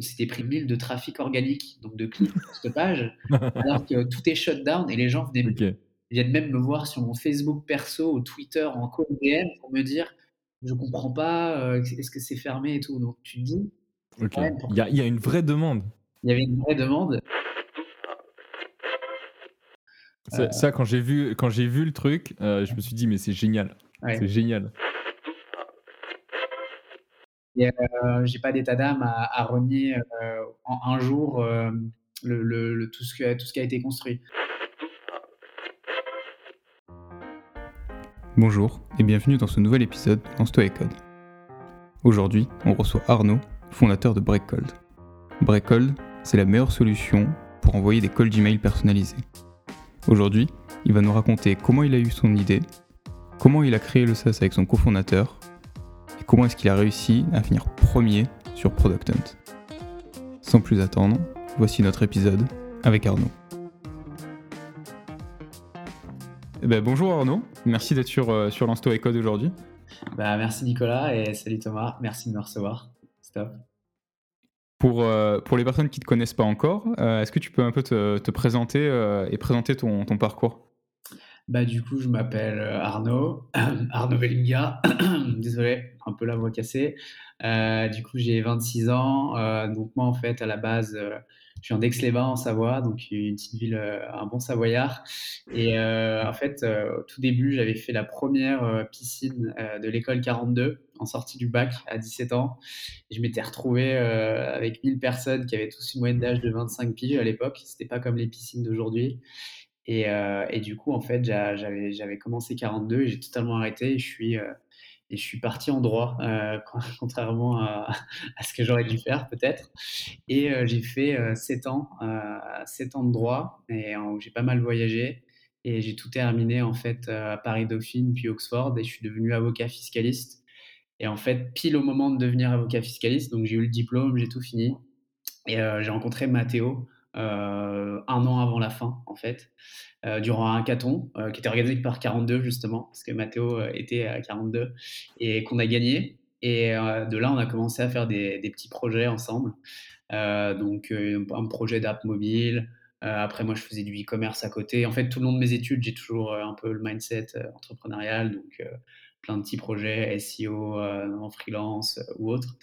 on s'était pris 1000 de trafic organique, donc de clics sur cette page, alors que tout est shut down et les gens OK, viennent même me voir sur mon Facebook perso ou Twitter en call DM pour me dire: «Je comprends pas, est-ce que c'est fermé et tout?» Donc tu te dis, c'est OK. quand même pour Il y a une vraie demande. il y avait une vraie demande. Ça quand j'ai vu le truc, je me suis dit: «Mais c'est génial, Ouais. c'est génial». Et j'ai pas d'état d'âme à renier, en un jour, tout ce qui a été construit. Bonjour et bienvenue dans ce nouvel épisode de Lance-toi et Code. Aujourd'hui, on reçoit Arnaud, fondateur de Breakcold. Breakcold, c'est la meilleure solution pour envoyer des cold email personnalisés. Aujourd'hui, il va nous raconter comment il a eu son idée, comment il a créé le SaaS avec son cofondateur et comment est-ce qu'il a réussi à finir premier sur Product Hunt. Sans plus attendre, voici notre épisode avec Arnaud. Bonjour Arnaud, merci d'être sur Lance-toi et Code aujourd'hui. Bah, merci Nicolas et salut Thomas, merci de me recevoir. C'est top. Pour les personnes qui ne te connaissent pas encore, est-ce que tu peux un peu te présenter et présenter ton parcours? Bah, du coup, je m'appelle, Arnaud, Arnaud Vellinga. Désolé, un peu la voix cassée. Du coup, j'ai 26 ans, donc moi, en fait, à la base, je viens d'Aix-les-Bains en Savoie, donc une petite ville, un bon savoyard et en fait, au tout début, j'avais fait la première re piscine, de l'école 42 en sortie du bac à 17 ans et je m'étais retrouvé, avec 1000 personnes qui avaient tous une moyenne d'âge de 25 piges à l'époque. C'était pas comme les piscines d'aujourd'hui et du coup, en fait, j'avais commencé 42 et j'ai totalement arrêté et je suis parti en droit, contrairement à ce que j'aurais dû faire peut-être et j'ai fait, 7 ans de droit et où j'ai pas mal voyagé et j'ai tout terminé en fait, à Paris Dauphine puis Oxford et je suis devenu avocat fiscaliste et en fait, pile au moment de devenir avocat fiscaliste, donc j'ai eu le diplôme, j'ai tout fini et j'ai rencontré Mathéo, 1 an avant la fin en fait, durant un hackathon, qui était organisé par 42 justement, parce que Mathéo, était à 42 et qu'on a gagné et de là, on a commencé à faire des petits projets ensemble. Un projet d'app mobile, après moi je faisais du e-commerce à côté. En fait, tout le long de mes études, j'ai toujours, un peu le mindset, entrepreneurial, plein de petits projets SEO, en freelance, ou autre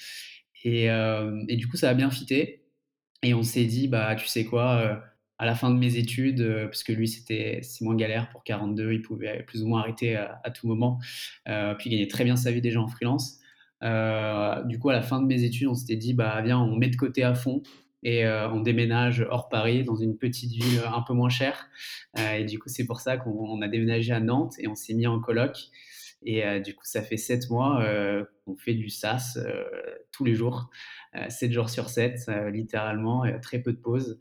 et du coup, ça a bien fité et on s'est dit: «Bah, tu sais quoi?» À la fin de mes études, parce que lui, c'est moins galère pour 42, il pouvait plus ou moins arrêter à tout moment, puis il gagnait très bien sa vie déjà en freelance. Du coup, à la fin de mes études, on s'était dit: «Bah, viens, on met de côté à fond et on déménage hors Paris dans une petite ville, un peu moins chère». Et du coup, c'est pour ça qu'on a déménagé à Nantes et on s'est mis en coloc et du coup, ça fait 7 mois, qu'on fait du SaaS, tous les jours, 7 jours sur 7, littéralement, très peu de pauses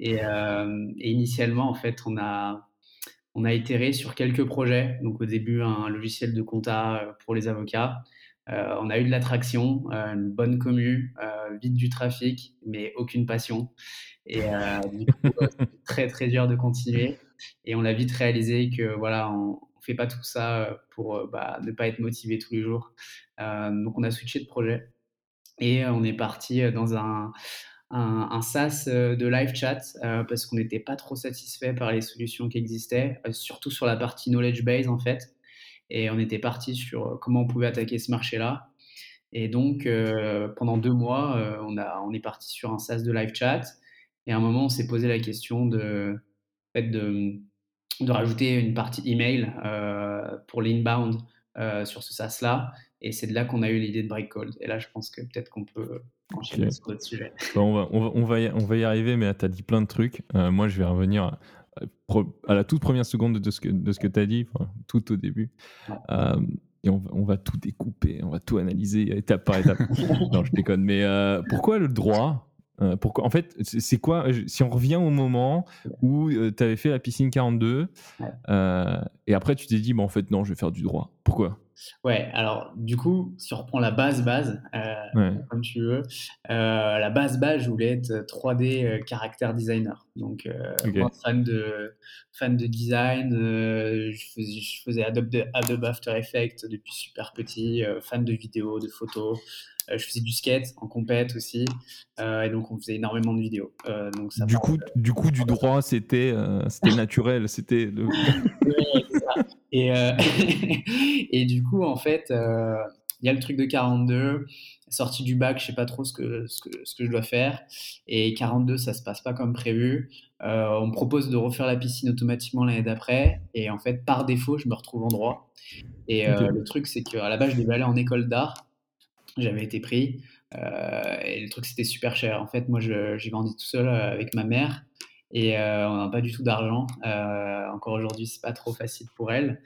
et initialement, en fait, on a itéré sur quelques projets. Donc au début, un logiciel de compta, pour les avocats. On a eu de l'attraction, une bonne commu, vite du trafic, mais aucune passion du coup, c'était très, très dur de continuer et on a vite réalisé que voilà, on fait pas tout ça, pour, ne pas être motivé tous les jours. Donc on a switché de projet et on est parti, dans un SaaS, de live chat, parce qu'on n'était pas trop satisfait par les solutions qui existaient, surtout sur la partie knowledge base, en fait et on était parti sur, comment on pouvait attaquer ce marché-là et donc pendant 2 mois, on est parti sur un SaaS de live chat et à un moment, on s'est posé la question en fait, de rajouter une partie email, pour l'inbound, sur ce SaaS-là et c'est de là qu'on a eu l'idée de Breakcold et là, je pense que peut-être qu'on peut OK. enchaîner sur d'autres sujets. Bah, on va y arriver, mais tu as dit plein de trucs. Moi, je vais revenir à la toute première seconde de ce que tu as dit, enfin, tout au début. Ouais. Et on va tout découper, on va tout analyser étape par étape. Non, je déconne. Mais pourquoi le droit? Pourquoi en fait, c'est quoi, si on revient au moment où, tu avais fait la piscine 42, Ouais. et après tu t'es dit: «Bah, en fait, non, je vais faire du droit». Pourquoi? Ouais, alors du coup, si on reprend la base, Ouais, comme tu veux, la base, je voulais être 3D, character designer. Donc moi OK. fan de design, je faisais Adobe After Effects depuis super petit, fan de vidéos, de photos. Je faisais du skate en compète aussi, et donc on faisait énormément de vidéos. Donc ça Du part. coup du droit, c'était naturel, c'était le Ouais, c'est ça. Et, et du coup, en fait, il y a le truc de 42. Sortie du bac, je sais pas trop ce que je dois faire. Et 42, ça se passe pas comme prévu. On me propose de refaire la piscine automatiquement l'année d'après. Et en fait, par défaut, je me retrouve en droit. Et OK. le truc, c'est qu'à la base, je devais aller en école d'art. J'avais été pris. Et le truc, c'était super cher. En fait, moi, j'ai grandi tout seul avec ma mère. Et on n'a pas du tout d'argent. Encore aujourd'hui, c'est pas trop facile pour elle.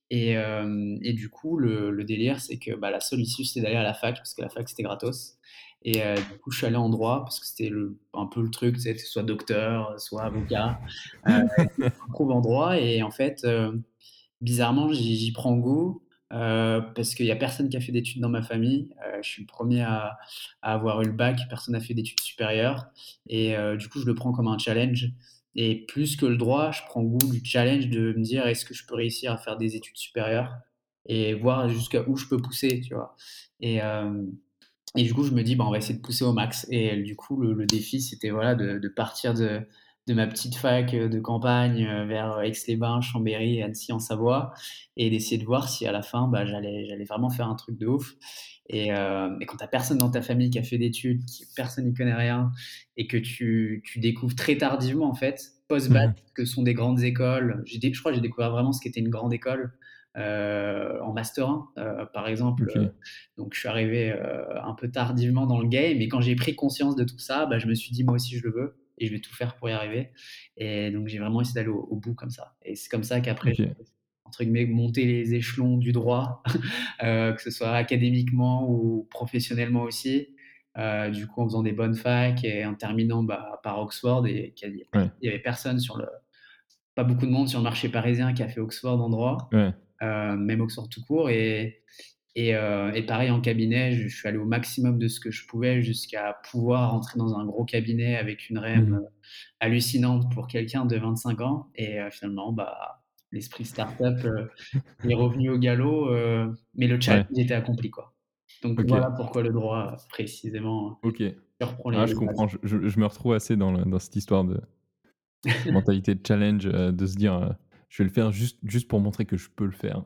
Et du coup, le délire, c'est que bah, la seule issue, c'était d'aller à la fac, parce que la fac, c'était gratos. Et du coup, je suis allé en droit, parce que c'était un peu le truc, tu sais, soit docteur, soit avocat. Je me retrouve en droit, et en fait, bizarrement, j'y prends goût, parce qu'il y a personne qui a fait d'études dans ma famille. Je suis le premier à avoir eu le bac, personne n'a fait d'études supérieures. Et du coup, je le prends comme un challenge. Et plus que le droit, je prends goût du challenge de me dire: «Est-ce que je peux réussir à faire des études supérieures?» Et voir jusqu'à où je peux pousser, tu vois? Et du coup, je me dis: «Bah, on va essayer de pousser au max». Et du coup, le défi, c'était, voilà, de partir de ma petite fac, de campagne, vers Aix-les-Bains, Chambéry et Annecy en Savoie, et d'essayer de voir si à la fin, bah, j'allais vraiment faire un truc de ouf. Et quand tu as personne dans ta famille qui a fait d'études, personne n'y connaît rien, et que tu découvres très tardivement, en fait, post-bac, Mmh. que sont des grandes écoles. Je crois que j'ai découvert vraiment ce qu'était une grande école, en master 1, par exemple. OK. Donc je suis arrivé, un peu tardivement dans le game, et quand j'ai pris conscience de tout ça, bah, je me suis dit: «Moi aussi je le veux, et je vais tout faire pour y arriver». Et donc j'ai vraiment essayé d'aller au bout comme ça, et c'est comme ça qu'après OK. j'ai, entre guillemets, «monté les échelons du droit», que ce soit académiquement ou professionnellement aussi. Du coup, en faisant des bonnes facs et en terminant, bah, par Oxford, et Ouais. il y avait personne pas beaucoup de monde sur le marché parisien qui a fait Oxford en droit, Ouais. même Oxford tout court. Et pareil en cabinet, je suis allé au maximum de ce que je pouvais, jusqu'à pouvoir entrer dans un gros cabinet avec une REM, Mmh. hallucinante pour quelqu'un de 25 ans. Et finalement, bah, l'esprit start-up, est revenu au galop, mais le challenge Ouais. était accompli, quoi. Donc OK. voilà pourquoi le droit, précisément, OK. surprend Ah, les je bases. comprends, je me retrouve assez dans cette histoire de mentalité de challenge, de se dire, «Je vais le faire juste pour montrer que je peux le faire».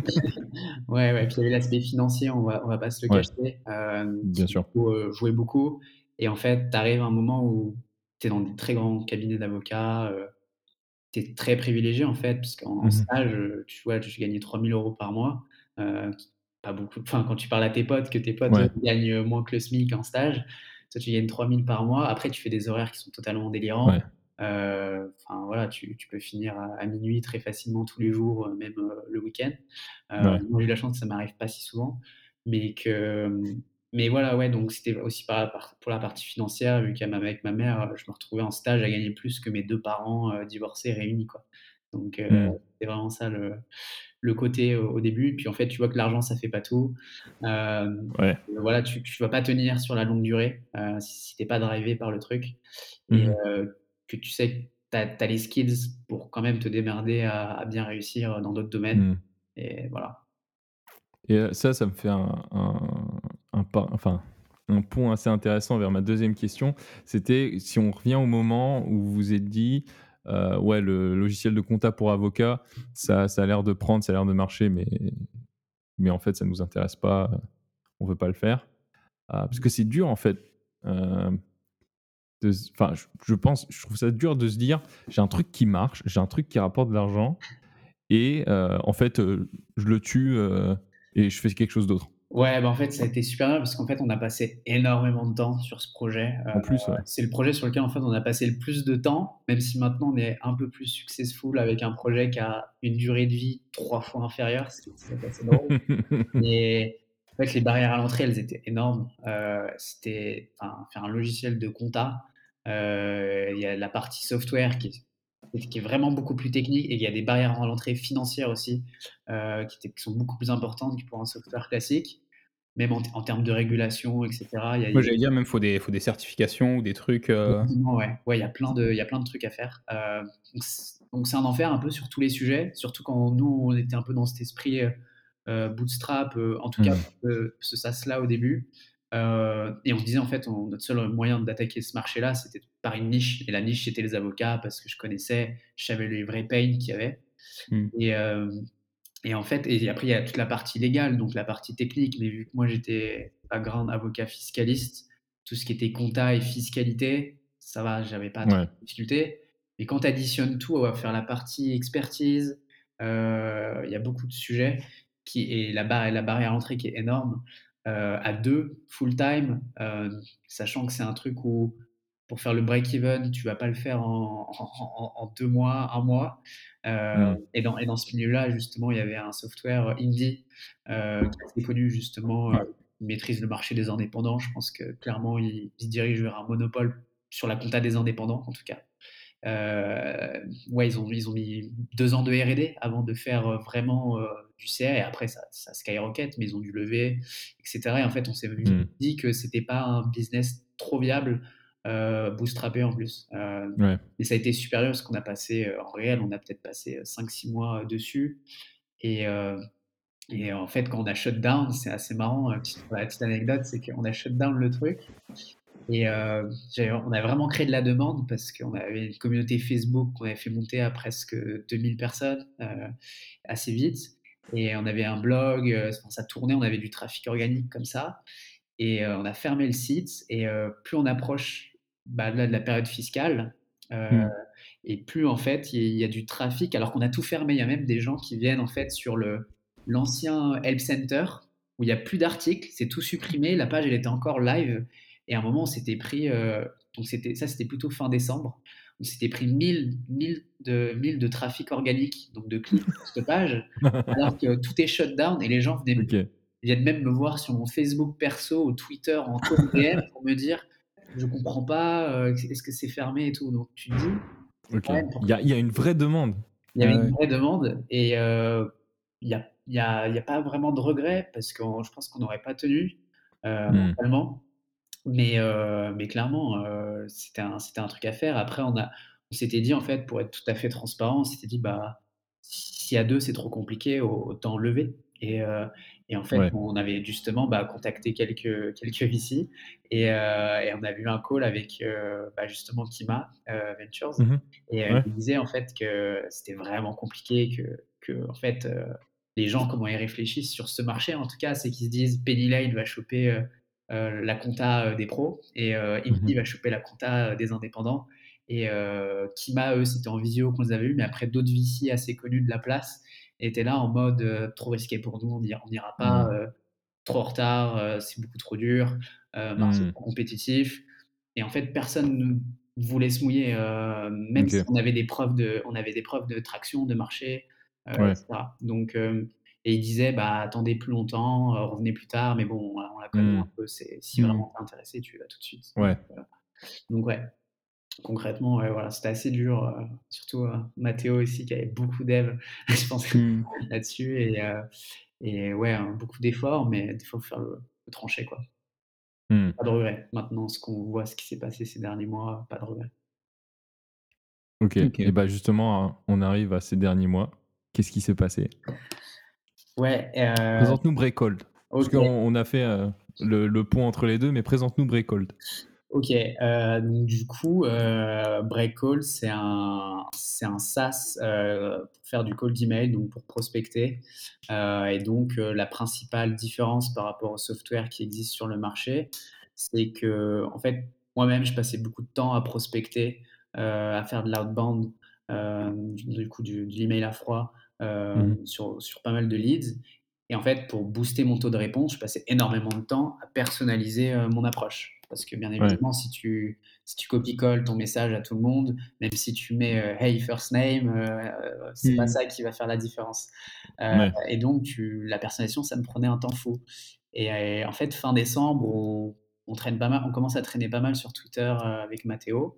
Ouais, ouais, puis il y avait l'aspect financier, on va pas se le Ouais, cacher, bien qui du sûr. coup, jouait beaucoup. Et en fait, tu arrives à un moment où tu es dans des très grands cabinets d'avocats, tu es très privilégié, en fait, parce qu'en Mmh. stage, tu vois, je gagnais 3 000 € par mois, qui pas beaucoup. Enfin, quand tu parles à tes potes, que tes potes, eux, Ouais, gagnent moins que le SMIC en stage, toi, tu gagnes 3 000 par mois. Après, tu fais des horaires qui sont totalement délirants. ouais. Enfin, voilà, tu peux finir à minuit très facilement tous les jours, même, le week-end. Ouais. Moi, j'ai eu la chance que ça m'arrive pas si souvent, mais mais voilà, ouais, donc c'était aussi pour la partie financière, vu avec ma mère, je me retrouvais en stage à gagner plus que mes 2 parents, divorcés réunis, quoi. Donc Mmh. c'était vraiment ça le côté au début. Puis en fait, tu vois que l'argent, ça fait pas tout. Ouais. Voilà, tu vas pas tenir sur la longue durée, si tu es pas drivé par le truc. Et Mmh. que tu sais que tu as les skills pour quand même te démerder à bien réussir dans d'autres domaines. Mmh. Et voilà. Et ça me fait un pas enfin, un pont assez intéressant vers ma deuxième question. C'était si on revient au moment où vous vous êtes dit: «Ouais, le logiciel de compta pour avocat, ça a l'air de prendre, ça a l'air de marcher, mais en fait, ça nous intéresse pas, on veut pas le faire». Parce que c'est dur, en fait, hem, enfin, je pense, je trouve ça dur de se dire: «J'ai un truc qui marche, j'ai un truc qui rapporte de l'argent et en fait, je le tue, et je fais quelque chose d'autre». Ouais, bah, en fait, ça a été super bien, parce qu'en fait, on a passé énormément de temps sur ce projet. En plus, ouais. C'est le projet sur lequel, en fait, on a passé le plus de temps, même si maintenant on est un peu plus successful avec un projet qui a une durée de vie 3 fois inférieure, c'est assez drôle. Mais en fait, les barrières à l'entrée, elles étaient énormes. C'était, enfin, faire un logiciel de compta, il y a la partie software qui est qui est vraiment beaucoup plus technique et il y a des barrières à l'entrée financières aussi, qui sont beaucoup plus importantes que pour un software classique, même en termes de régulation et cetera. Moi, j'allais dire même faut des certifications ou des trucs, Effectivement, ouais. Ouais, il y a plein de trucs à faire. Donc c'est un enfer un peu sur tous les sujets, surtout quand nous, on était un peu dans cet esprit, bootstrap, en tout cas, Mmh. ce SaaS-là au début. Et on se disait en fait, notre seul moyen d'attaquer ce marché-là, c'était par une niche et la niche, c'était les avocats parce que je connaissais, je savais les vrais pains qu'il y avait mmh, et en fait et après il y a toute la partie légale, donc la partie technique, mais vu que moi j'étais background avocat fiscaliste, tout ce qui était compta et fiscalité, ça va, j'avais pas trop Ouais. de difficultés. Mais quand tu additionnes tout, on va faire la partie expertise, il y a beaucoup de sujets et la barrière à l'entrée qui est énorme, à 2 full time, sachant que c'est un truc où pour faire le break even, tu vas pas le faire en 2 mois, 1 mois. Mmh. Et dans ce milieu-là, justement, il y avait un software indie qui est assez connu, justement, ouais, qui maîtrise le marché des indépendants. Je pense que clairement, il se dirige vers un monopole sur la compta des indépendants, en tout cas. Ouais, ils ont mis 2 ans de R&D avant de faire vraiment du CA et après ça skyrocket, mais ils ont dû lever, etc. Et en fait, on s'est vite Mmh. dit que c'était pas un business trop viable, bootstrappé en plus. Ouais. Mais ça a été supérieur parce qu'on a passé, en réel, on a peut-être passé 5-6 mois dessus. Et, en fait, quand on a shut down, c'est assez marrant. Pour la petite anecdote, c'est qu'on a shut down le truc et on a vraiment créé de la demande parce qu'on avait une communauté Facebook qu'on avait fait monter à presque 2000 personnes assez vite. Et on avait un blog, enfin, ça tournait, on avait du trafic organique comme ça. Et on a fermé le site. Et plus on approche là, de la période fiscale, euh, mmh, et plus en fait il y a du trafic alors qu'on a tout fermé. Il y a même des gens qui viennent en fait sur l'ancien Help Center où il y a plus d'articles, c'est tout supprimé, la page elle était encore live et à un moment on s'était pris donc c'était plutôt fin décembre. On s'était pris 1000 de trafic organique, donc de clics sur cette page, alors que tout est shut down et les gens OK. viennent même me voir sur mon Facebook perso ou Twitter en code DM pour me dire je comprends pas, est-ce que c'est fermé et tout. Donc tu te dis, c'est OK. quand même Il y a une vraie demande. il y avait ah une ouais, vraie demande et il y a pas vraiment de regret parce que je pense qu'on n'aurait pas tenu, Mmh. mentalement. Mais clairement, c'était un truc à faire. Après on s'était dit en fait, pour être tout à fait transparent, on s'était dit: «Bah, si à 2 c'est trop compliqué, autant lever» et en fait, Ouais. on avait justement, contacté quelques VC et on a eu un call avec, justement Kima, Ventures Mmh. et il Ouais. me disait en fait que c'était vraiment compliqué, que en fait, les gens comment ils réfléchissent sur ce marché en tout cas, c'est qu'ils se disent: «Penny Lane va choper, la compta des pros et Mmh. Indie va choper la compta des indépendants. Et Kima, eux, c'était en visio qu'on les avait eus, mais après d'autres VC assez connus de la place étaient là en mode trop risqué pour nous, on n'ira pas, Mmh. trop en retard, c'est beaucoup trop dur, marché Mmh. trop compétitif. Et en fait, personne ne voulait se mouiller, même si OK. on avait des preuves de traction, de marché, Ouais. etc. Donc, et il disait, bah, attendez plus longtemps, revenez plus tard, mais bon, on la connaît Mmh. un peu, c'est si mmh, vraiment t'es intéressé, tu y vas tout de suite. Ouais. Donc ouais, concrètement, ouais, voilà, c'était assez dur, surtout Mathéo aussi qui avait beaucoup d'aide, je pense, mmh. là-dessus. Et ouais, hein, beaucoup d'efforts, mais des fois, il faut faire le trancher, quoi. Mmh. Pas de regrets. Maintenant, ce qui s'est passé ces derniers mois, pas de regrets. OK et OK. bah, justement, hein, on arrive à ces derniers mois. Qu'est-ce qui s'est passé? Ouais, Présente-nous Breakhold. Parce qu'on OK. on a fait, le pont entre les 2, mais présente-nous Breakhold. OK, donc du coup, Breakcall, c'est un SaaS, pour faire du cold email, donc pour prospecter, et donc la principale différence par rapport au software qui existe sur le marché, c'est qu'en fait, moi-même, je passais beaucoup de temps à prospecter, à faire de l'outbound, du coup, de l'email à froid, Mmh mh. sur pas mal de leads. Et en fait, pour booster mon taux de réponse, je passais énormément de temps à personnaliser, mon approche. Parce que bien Ouais. évidemment, si tu copies-colles ton message à tout le monde, même si tu mets, «Hey, first name», c'est pas Mmh. ça qui va faire la différence. Ouais. Et donc la personnalisation, ça me prenait un temps fou. Et en fait, fin décembre, on commence à traîner pas mal sur Twitter, avec Mathéo.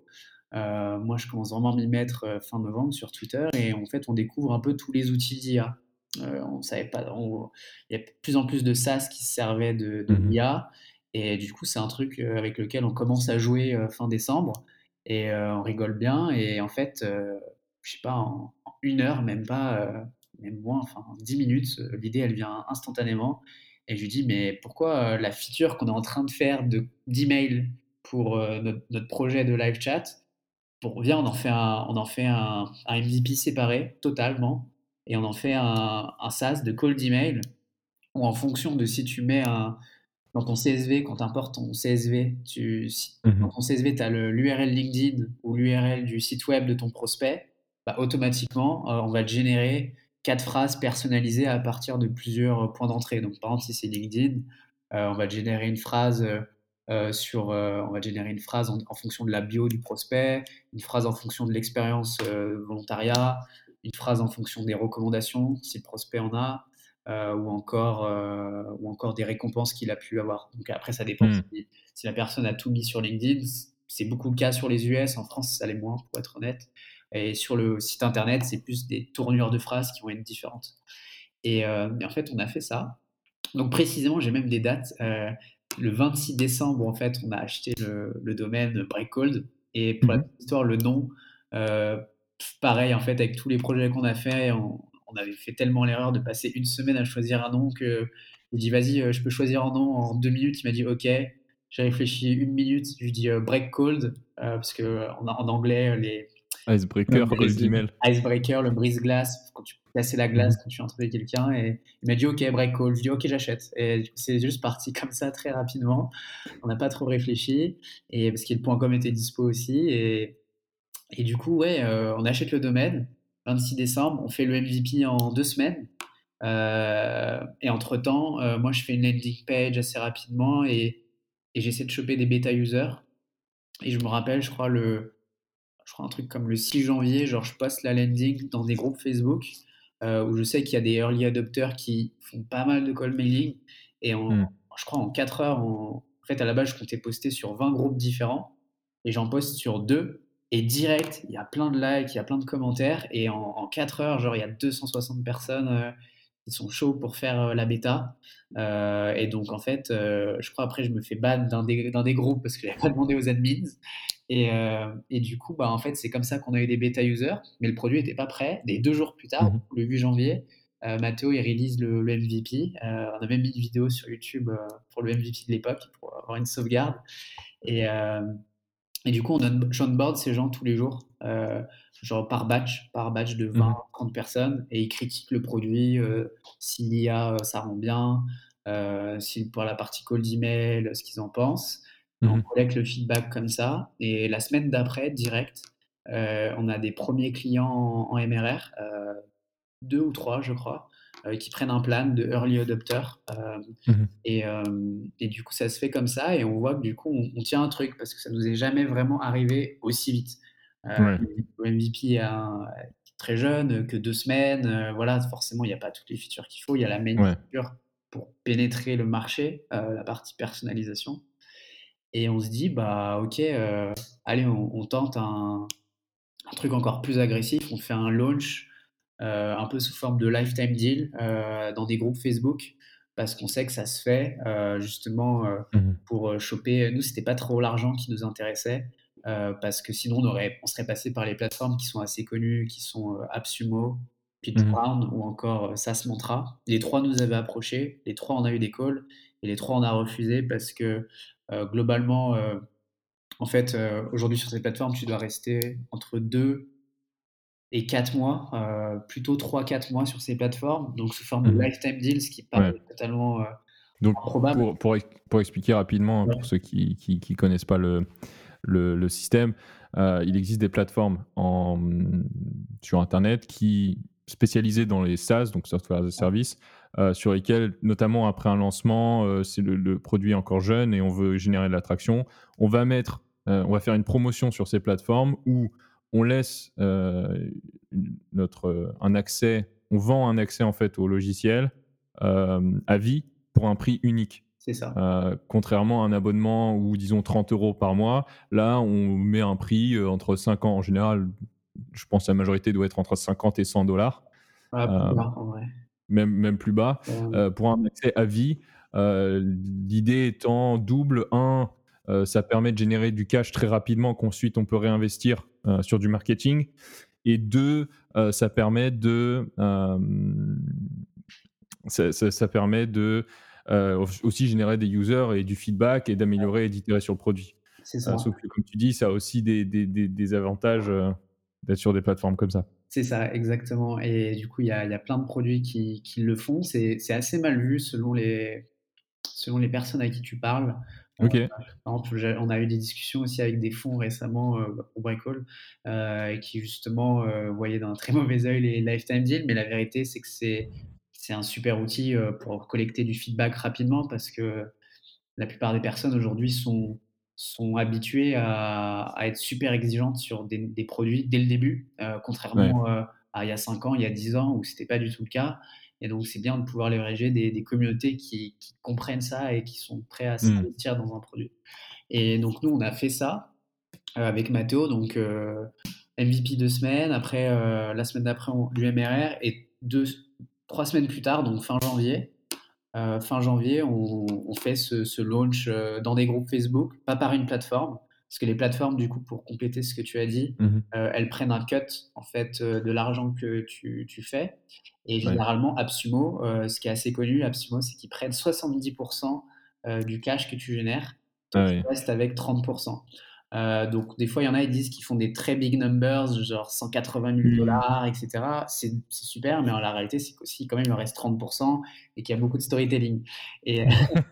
Moi, je commence vraiment à m'y mettre fin novembre sur Twitter et en fait, on découvre un peu tous les outils d'IA. On savait pas, il y a de plus en plus de SaaS qui se servaient de Mmh. l'IA et du coup, c'est un truc avec lequel on commence à jouer fin décembre et on rigole bien et en fait, je sais pas, en 1 heure, même pas, même moins, enfin 10 minutes, l'idée elle vient instantanément et je lui dis: «Mais pourquoi la feature qu'on est en train de faire d'email pour notre projet de live chat, viens, on en fait un MVP séparé totalement et on en fait un SaaS de cold email où en fonction de si tu mets dans ton CSV, quand tu importes ton CSV, dans Mmh. ton CSV, tu as l'URL LinkedIn ou l'URL du site web de ton prospect, bah, automatiquement, on va te générer 4 phrases personnalisées à partir de plusieurs points d'entrée. Donc, par exemple, si c'est LinkedIn, on va te générer une phrase on va te générer une phrase en fonction de la bio du prospect, une phrase en fonction de l'expérience volontariat, une phrase en fonction des recommandations, si le prospect en a, ou encore des récompenses qu'il a pu avoir. Donc après, ça dépend Mmh. si la personne a tout mis sur LinkedIn. C'est beaucoup le cas sur les US. En France, ça l'est moins, pour être honnête. Et sur le site internet, c'est plus des tournures de phrases qui vont être différentes. Et en fait, on a fait ça. Donc précisément, j'ai même des dates. Le 26 décembre, en fait, on a acheté le domaine Breakcold. Et pour la Mmh. petite histoire, le nom, euh, pareil, en fait, avec tous les projets qu'on a fait, on avait fait tellement l'erreur de passer une semaine à choisir un nom que j'ai dit, vas-y, je peux choisir un nom en 2 minutes. Il m'a dit, OK. J'ai réfléchi 1 minute. Je lui ai dit Breakcold, parce que en anglais, le Icebreaker, cold brise email. icebreaker, le brise-glace, quand tu peux casser la glace Mmh. quand tu introduis quelqu'un. Et il m'a dit OK, break call. Je dis OK, j'achète. Et du coup, c'est juste parti comme ça très rapidement. On n'a pas trop réfléchi. Et parce que le point .com était dispo aussi. Et du coup, ouais, on achète le domaine. 26 décembre, on fait le MVP en 2 semaines. Et entre-temps, moi, je fais une landing page assez rapidement et j'essaie de choper des bêta users. Et je me rappelle, je crois un truc comme le 6 janvier, genre je poste la landing dans des groupes Facebook où je sais qu'il y a des early adopters qui font pas mal de call mailing et Mmh. je crois en 4 heures, en fait à la base je comptais poster sur 20 groupes différents et j'en poste sur 2 et direct il y a plein de likes, il y a plein de commentaires et en 4 heures genre il y a 260 personnes qui sont chauds pour faire la bêta. Et donc en fait je crois après je me fais ban d'un des groupes parce que j'avais pas demandé aux admins et du coup, bah, en fait, c'est comme ça qu'on a eu des bêta users, mais le produit n'était pas prêt. Et 2 jours plus tard, Mmh. le 8 janvier, Matteo il release le MVP. On a même mis une vidéo sur YouTube pour le MVP de l'époque, pour avoir une sauvegarde. Et, euh, et du coup, j'onboard ces gens tous les jours, genre par batch de Mmh. 20-30 personnes, et ils critiquent le produit, si l'IA, ça rend bien, si pour la partie cold email, ce qu'ils en pensent. On Mmh. collecte le feedback comme ça, et la semaine d'après, direct, on a des premiers clients en MRR, 2 ou 3, je crois, qui prennent un plan de early adopter. Mmh. Et du coup, ça se fait comme ça et on voit que du coup, on tient un truc parce que ça nous est jamais vraiment arrivé aussi vite. Ouais. Le MVP est très jeune, que 2 semaines. Voilà, forcément, il n'y a pas toutes les features qu'il faut. Il y a la main Ouais. feature pour pénétrer le marché, la partie personnalisation. Et on se dit, bah ok, allez, on tente un truc encore plus agressif. On fait un launch un peu sous forme de lifetime deal dans des groupes Facebook parce qu'on sait que ça se fait justement Mmh. pour choper. Nous, c'était pas trop l'argent qui nous intéressait parce que sinon on serait passé par les plateformes qui sont assez connues, qui sont AppSumo, Mmh. PitchBrown ou encore SaaS Mantra. Les trois nous avaient approchés, les trois on a eu des calls et les trois on a refusé parce que globalement, en fait, aujourd'hui sur ces plateformes, tu dois rester entre 2 et 4 mois, plutôt 3-4 mois sur ces plateformes, donc sous forme de Mmh. lifetime deal, ce qui Ouais. paraît totalement Donc improbable. pour expliquer rapidement, pour Ouais. ceux qui connaissent pas le système, il existe des plateformes sur internet qui spécialisées dans les SaaS, donc Software as a Service, sur lesquels, notamment après un lancement, c'est le produit est encore jeune et on veut générer de l'attraction. On va faire une promotion sur ces plateformes où on laisse, un accès on vend un accès en fait au logiciel, à vie pour un prix unique. c'est ça. Contrairement à un abonnement ou disons 30 € par mois, là, on met un prix, entre 50 en général, je pense que la majorité doit être entre 50 et 100 $, Voilà, plus heu, bas en vrai. même plus bas, pour un accès à vie. L'idée étant double: 1, ça permet de générer du cash très rapidement qu'ensuite on peut réinvestir, sur du marketing, et 2, ça permet de, ça permet de, aussi générer des users et du feedback et d'améliorer et d'itérer sur le produit. C'est ça. Sauf que comme tu dis, ça a aussi des avantages, d'être sur des plateformes comme ça. C'est ça, exactement et du coup, il y a plein de produits qui le font. C'est assez mal vu selon les personnes à qui tu parles. OK. Par exemple, on a eu des discussions aussi avec des fonds récemment, pour Breakall, qui justement, voyaient d'un très mauvais œil les lifetime deals, mais la vérité, c'est que c'est un super outil, pour collecter du feedback rapidement parce que la plupart des personnes aujourd'hui sont habituées à être super exigeantes sur des produits dès le début, Ouais. contrairement, à il y a 5 ans, il y a 10 ans où c'était pas du tout le cas et donc c'est bien de pouvoir leverager des communautés qui comprennent ça et qui sont prêts à Mmh. s'investir dans un produit et donc nous, on a fait ça, avec Matteo donc MVP 2 semaines, après, la semaine d'après on l'UMRR et 3 semaines plus tard, donc fin janvier, on fait ce launch dans des groupes Facebook, pas par une plateforme, parce que les plateformes, du coup, pour compléter ce que tu as dit, Mmh mh. elles prennent un cut en fait de l'argent que tu fais. Et Ouais. généralement, AppSumo, ce qui est assez connu, AppSumo, c'est qu'ils prennent 70% du cash que tu génères. Toi, Ah tu oui. restes avec 30%. Donc, des fois, il y en a, ils disent qu'ils font des très big numbers, genre 180 000 Mmh. etc. C'est super, mais en la réalité, c'est qu'aussi, quand même, il en reste 30% et qu'il y a beaucoup de storytelling. Et,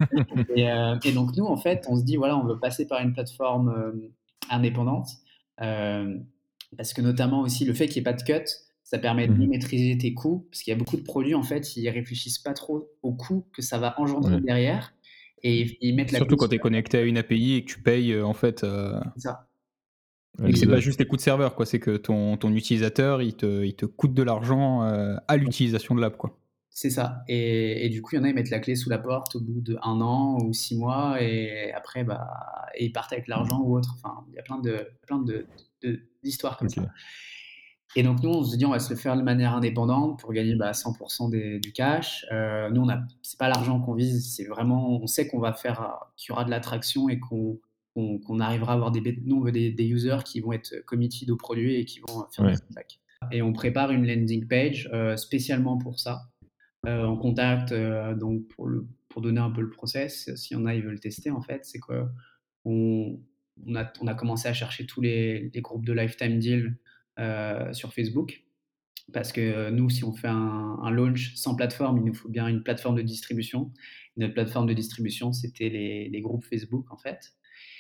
et donc, nous, en fait, on se dit, voilà, on veut passer par une plateforme indépendante euh, parce que, notamment, aussi, le fait qu'il n'y ait pas de cut, ça permet de Mmh mieux mh. maîtriser tes coûts parce qu'il y a beaucoup de produits, en fait, ils réfléchissent pas trop aux coûts que ça va engendrer Ouais. derrière et ils mettent la clé Surtout quand sur tu es connecté à une API et que tu payes, en fait, ça. Ouais, et que c'est pas l'usage. juste les coûts de serveur, quoi. C'est que ton utilisateur, il te coûte de l'argent, à l'utilisation de l'app, quoi. C'est ça et du coup, il y en a, ils mettent la clé sous la porte au bout d'1 an ou 6 mois et après, bah et ils partent avec l'argent ou autre. Enfin, il y a d'histoires comme ça OK. et donc nous, on se dit: «On va se le faire de manière indépendante pour gagner, 100 du cash». Nous, c'est pas l'argent qu'on vise, c'est vraiment on sait qu'on va faire, qu'il y aura de l'attraction et qu'on arrivera à avoir nous, on veut des users qui vont être committed au produit et qui vont faire du Ouais. feedback et on prépare une landing page, spécialement pour ça. En contact, donc pour donner un peu le process, s'il y en a, ils veulent tester en fait, c'est qu'on on a commencé à chercher tous les groupes de lifetime deal, sur Facebook. Parce que, nous, si on fait un launch sans plateforme, il nous faut bien une plateforme de distribution. Notre plateforme de distribution, c'était les groupes Facebook en fait.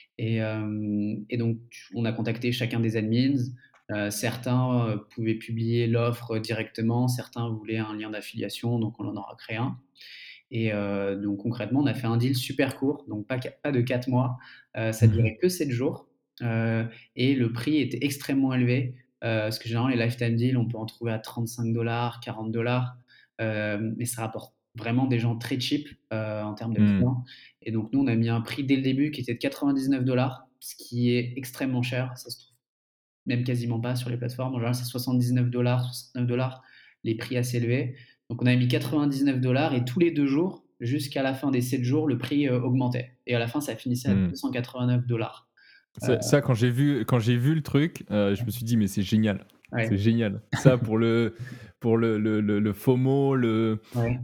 Et donc on a contacté chacun des admins. Certains, pouvaient publier l'offre directement, certains voulaient un lien d'affiliation, donc on en aura créé un. Et donc concrètement, on a fait un deal super court, donc pas de 4 mois. Ça Mmh mh. durait que 7 jours, heu et le prix était extrêmement élevé, parce que généralement les lifetime deals, on peut en trouver à 35 40 mais ça rapporte vraiment des gens très cheap, en termes de Mmh. clients et donc nous, on a mis un prix dès le début qui était de 99 ce qui est extrêmement cher. Ça se trouve même quasiment pas sur les plateformes. En général, c'est 79 69 les prix assez élevés. Donc on avait mis 99 et tous les 2 jours, jusqu'à la fin des 7 jours, le prix, augmentait et à la fin, ça finissait à Mmh. 289 heu, Ça, quand j'ai vu le truc, je me suis dit: «Mais c'est génial, ouais, c'est génial». Ça pour le FOMO, ouais,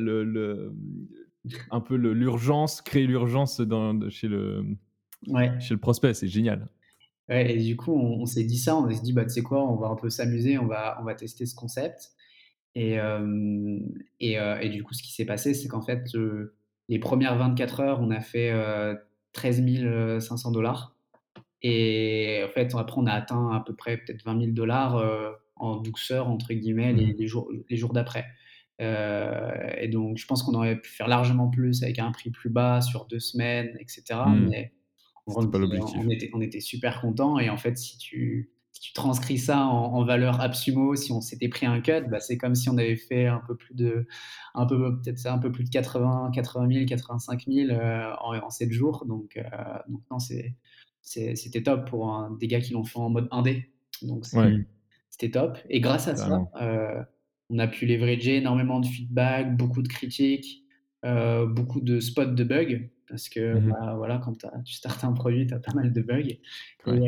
un peu l'urgence, créer l'urgence ouais, chez le prospect, c'est génial. ouais et du coup, on s'est dit ça, on s'est dit: «Bah, tu sais quoi? On va un peu s'amuser, on va tester ce concept». Et du coup, ce qui s'est passé, c'est qu'en fait, les premières 24 heures, on a fait, 13 500 et en fait, après, on a atteint à peu près peut-être 20 000 en «douceur» entre guillemets Mmh mh. les jours d'après. Et donc je pense qu'on aurait pu faire largement plus avec un prix plus bas sur 2 semaines et cetera, Mmh. mais C'était on pas était on l'objectif. était on était super contents et en fait, si tu transcris ça en valeur AppSumo, si on s'était pris un cut, bah, c'est comme si on avait fait peut-être un peu plus de 80 000, 85 000 en 7 jours. Donc non, c'était top pour des gars qui l'ont fait en mode indé. Donc Ouais, Mm. c'était top. Et grâce à ça, carrément. on a pu leverager énormément de feedback, beaucoup de critiques, beaucoup de spots de bugs. Parce que Mhm. bah, voilà, quand tu startes un produit, tu as pas mal de bugs. Ouais.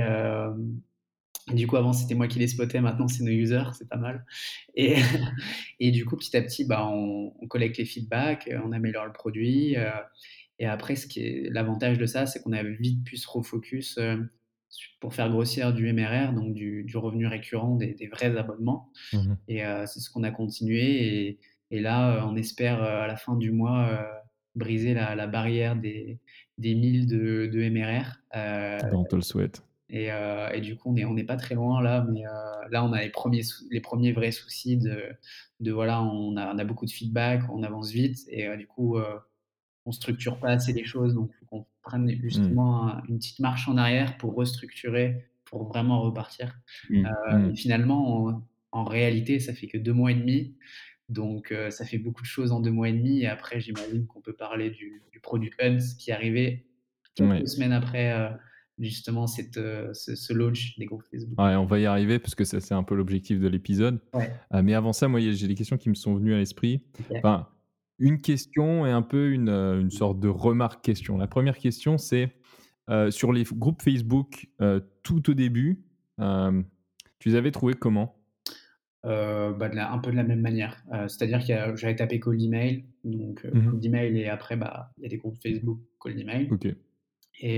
Et du coup, avant, c'était moi qui les spottais, maintenant, c'est nos users, c'est pas mal. Et, et du coup, petit à petit, bah, on collecte les feedbacks, on améliore le produit. Et après, ce qui est l'avantage de ça, c'est qu'on a vite pu se refocus pour faire grossir du MRR, donc du revenu récurrent, des vrais abonnements. Mhm. Et c'est ce qu'on a continué. Et là, on espère à la fin du mois briser la barrière des 1000 de MRR. Ben, on te le souhaite. Et du coup, on n'est pas très loin là, mais là, on a les premiers vrais soucis voilà, on a beaucoup de feedback, on avance vite, et du coup, on structure pas assez les choses, donc il faut qu'on prenne Mm. justement une petite marche en arrière pour restructurer, pour vraiment repartir. Mm. Et Mm. finalement, en réalité, ça fait que 2 mois et demi, donc ça fait beaucoup de choses en 2 mois et demi. Et après, j'imagine qu'on peut parler du Product Hunt qui est arrivé Ouais. quelques semaines après justement ce launch des groupes Facebook. Ouais, on va y arriver parce que ça, c'est un peu l'objectif de l'épisode. Ouais, Mais avant ça, moi, j'ai des questions qui me sont venues à l'esprit. ok. Enfin, une question et un peu une sorte de remarque-question. La première question, c'est sur les groupes Facebook, tout au début, tu les avais trouvés comment? Bah, un peu de la même manière. C'est-à-dire j'avais tapé cold email, donc Mhm. cold email, et après, bah, il y a des groupes Facebook cold email. Ok, Et,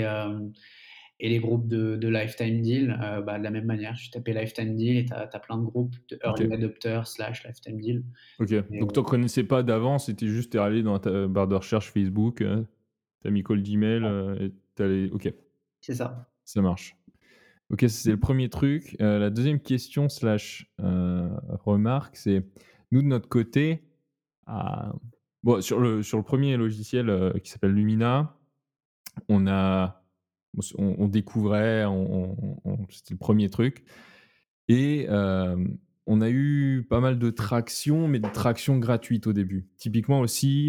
et les groupes de lifetime deal, bah, de la même manière. Je tapais lifetime deal et tu as plein de groupes de ok, early adopters / lifetime deal. ok. Et, Donc, tu ne connaissais pas d'avant, c'était juste, tu es allé dans ta barre de recherche Facebook, tu as mis cold email et tu allé. Ok, c'est ça. ça marche. Ok, ça, c'est le premier truc. La deuxième question slash remarque, c'est nous de notre côté, à- bon, sur le premier logiciel qui s'appelle Lumina, on a, on découvrait, c'était le premier truc, et on a eu pas mal de traction, mais de traction gratuite au début. Typiquement aussi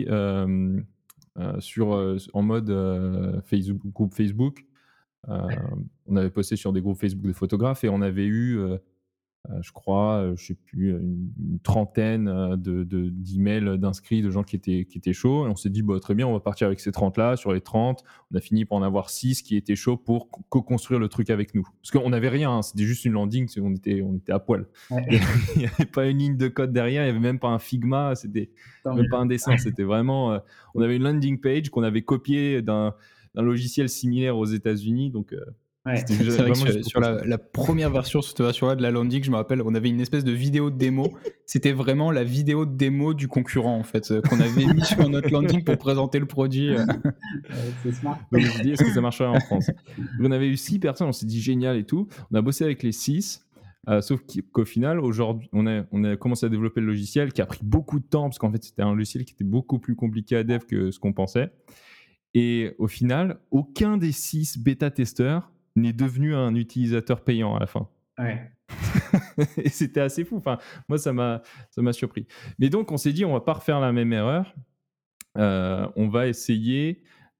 en mode Facebook, groupe Facebook. On avait posté sur des groupes Facebook de photographes et on avait eu, je crois, je sais plus, une trentaine d'emails d'inscrits, de gens qui étaient chauds. Et on s'est dit, bah, très bien, on va partir avec ces 30 là. Sur les 30, on a fini par en avoir 6 qui étaient chauds pour co-construire le truc avec nous. Parce qu'on n'avait rien, hein, c'était juste une landing, on était à poil. Ouais. Il n'y avait pas une ligne de code derrière, il n'y avait même pas un Figma, c'était Tant même mieux. pas un dessin. C'était vraiment, on avait une landing page qu'on avait copiée d'un logiciel similaire aux États-Unis. Donc, Ouais. c'était C'est vrai que vraiment juste pour sur tester. la première version sur cette version-là de la landing, je me rappelle, on avait une espèce de vidéo de démo. C'était vraiment la vidéo de démo du concurrent, en fait, qu'on avait mis sur notre landing pour présenter le produit. C'est smart. Donc, on s'est dit, est-ce que ça marcherait en France? Donc, on avait eu 6 personnes, on s'est dit génial et tout. On a bossé avec les 6, sauf qu'au final, aujourd'hui, on a commencé à développer le logiciel qui a pris beaucoup de temps parce qu'en fait, c'était un logiciel qui était beaucoup plus compliqué à dev que ce qu'on pensait. Et au final, aucun des 6 bêta-testeurs n'est devenu un utilisateur payant à la fin. Ouais. Et c'était assez fou. Enfin, moi, ça m'a surpris. Mais donc, on s'est dit, on va pas refaire la même erreur. On va essayer.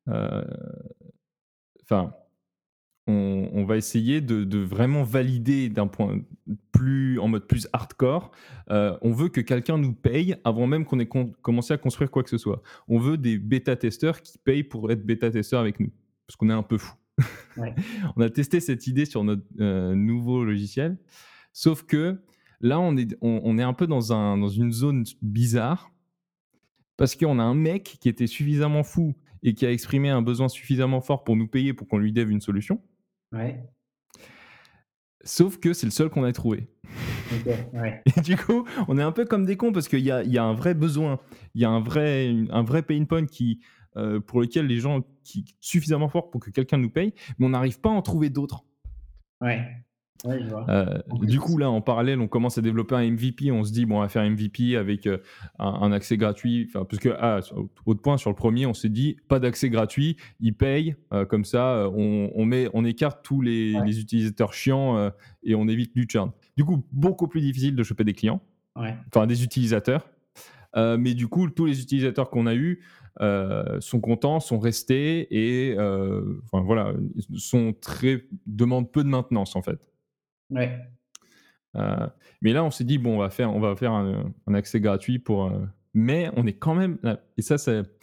Enfin, on va essayer de vraiment valider d'un point en mode plus hardcore. On veut que quelqu'un nous paye avant même qu'on ait commencé à construire quoi que ce soit. On veut des bêta-testeurs qui payent pour être bêta-testeurs avec nous. Parce qu'on est un peu fou. Ouais. On a testé cette idée sur notre nouveau logiciel. Sauf que là, on est un peu dans une zone bizarre parce qu'on a un mec qui était suffisamment fou et qui a exprimé un besoin suffisamment fort pour nous payer pour qu'on lui dev une solution. Ouais. Sauf que c'est le seul qu'on a trouvé. Ok. Ouais. Et du coup, on est un peu comme des cons parce qu'il y a un vrai besoin, il y a un vrai pain point pour lequel les gens qui suffisamment fort pour que quelqu'un nous paye, mais on n'arrive pas à en trouver d'autres. Ouais. Ouais, je vois. En Du plus, coup, là, en parallèle, on commence à développer un MVP. On se dit, bon, on va faire un MVP avec un accès gratuit. Enfin, parce que, autre point, sur le premier, on s'est dit, pas d'accès gratuit, ils payent. Comme ça, on écarte tous ouais, les utilisateurs chiants et on évite du churn. Du coup, beaucoup plus difficile de choper des clients, ouais, enfin des utilisateurs. Mais du coup, tous les utilisateurs qu'on a eus sont contents, sont restés et enfin, voilà, demandent peu de maintenance en fait. ouais, Euh, mais là, on s'est dit, bon, on va faire un accès gratuit mais on est quand même. Et ça,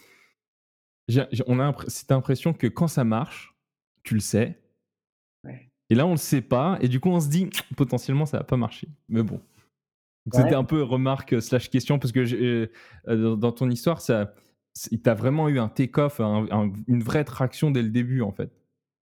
on a cette impression que quand ça marche, tu le sais. ouais. Et là, on le sait pas. Et du coup, on se dit, potentiellement, ça va pas marcher. Mais bon. Donc, Ouais. c'était un peu remarque slash question parce que dans ton histoire, tu as vraiment eu un take-off, une vraie traction dès le début, en fait.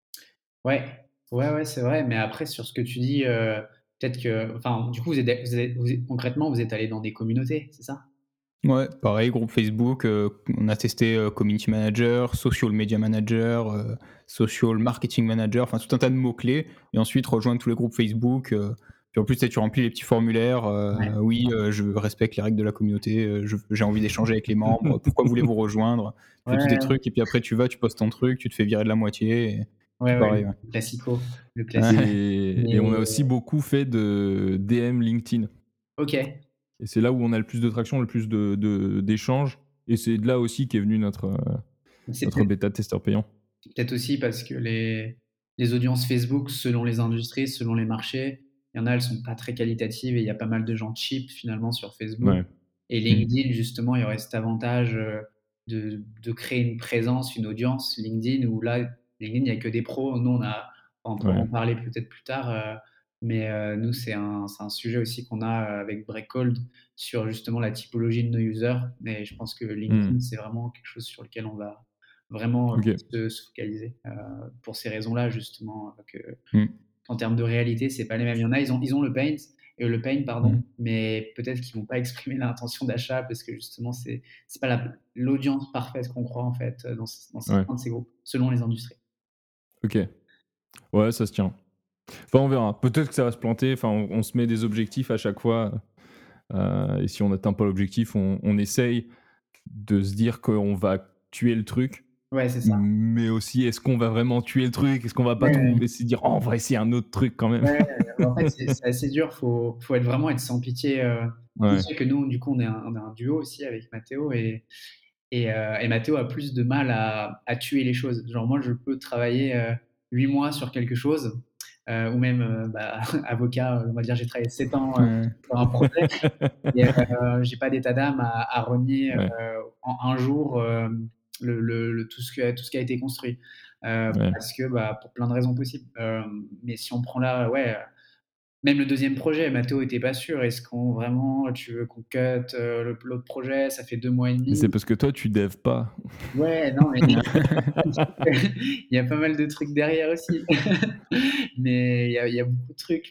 Ouais, ouais, ouais, c'est vrai. Mais après, sur ce que tu dis, peut-être que, enfin, du coup, concrètement, vous êtes allé dans des communautés, c'est ça? Ouais, pareil, groupe Facebook, on a testé Community Manager, Social Media Manager, Social Marketing Manager, enfin tout un tas de mots-clés, et ensuite rejoindre tous les groupes Facebook. Puis en plus, tu sais, tu remplis les petits formulaires. Ouais, Oui, je respecte les règles de la communauté, j'ai envie d'échanger avec les membres, pourquoi voulez-vous rejoindre? Tu fais tous tes ouais, trucs, et puis après, tu vas, tu postes ton truc, tu te fais virer de la moitié, et ouais, puis ouais, pareil. Ouais. le classico, le classique. Ouais. Et on a Mais aussi beaucoup fait de DM LinkedIn. OK, Et c'est là où on a le plus de traction, le plus d'échanges. Et c'est de là aussi qu'est venu c'est notre bêta testeur payant. peut-être aussi parce que les audiences Facebook, selon les industries, selon les marchés, il y en a, elles sont pas très qualitatives et il y a pas mal de gens cheap finalement sur Facebook. Ouais. Et Mm. LinkedIn, justement, il y aurait cet avantage de créer une présence, une audience LinkedIn où là, LinkedIn, il n'y a que des pros. Nous, on pourra Ouais. en parler peut-être plus tard, mais nous, c'est un sujet aussi qu'on a avec Breakcold sur justement la typologie de nos users. Et je pense que Hmm. LinkedIn, c'est vraiment quelque chose sur lequel on va vraiment Ok. se focaliser pour ces raisons-là, justement, Mm. en termes de réalité, c'est pas les mêmes. Il y en a, ils ont le pain, pardon, Mm. mais peut-être qu'ils vont pas exprimer l'intention d'achat parce que justement, c'est pas l'audience parfaite qu'on croit en fait dans Ouais. certains de ces groupes, selon les industries. Ok. Ouais, ça se tient. Enfin, on verra. Peut-être que ça va se planter. Enfin, on se met des objectifs à chaque fois. Et si on n'atteint pas l'objectif, on essaye de se dire qu'on va tuer le truc. Ouais, c'est ça. Mais aussi, est-ce qu'on va vraiment tuer le truc? Est-ce qu'on va pas Ouais, ouais, trouver, se dire, oh, on va essayer un autre truc quand même? ouais, en fait, c'est assez dur. Faut être sans pitié. En plus, Ouais. c'est que nous, du coup, on est un duo aussi avec Mathéo et Mathéo a plus de mal à tuer les choses. Genre moi, je peux travailler 8 mois sur quelque chose, ou même avocat, on va dire j'ai travaillé 7 ans Ouais. sur un projet et j'ai pas d'état d'âme à renier Ouais. en un jour tout ce qui a été construit. Ouais. Parce que pour plein de raisons possibles. Mais si on prend là, ouais, même le deuxième projet, Mathéo était pas sûr. Est-ce qu'on vraiment tu veux qu'on cut l'autre projet? Ça fait 2 mois et Mais c'est demi. parce que toi, tu devs pas. Ouais, non, mais il y a pas mal de trucs derrière aussi. Mais il y a beaucoup de trucs,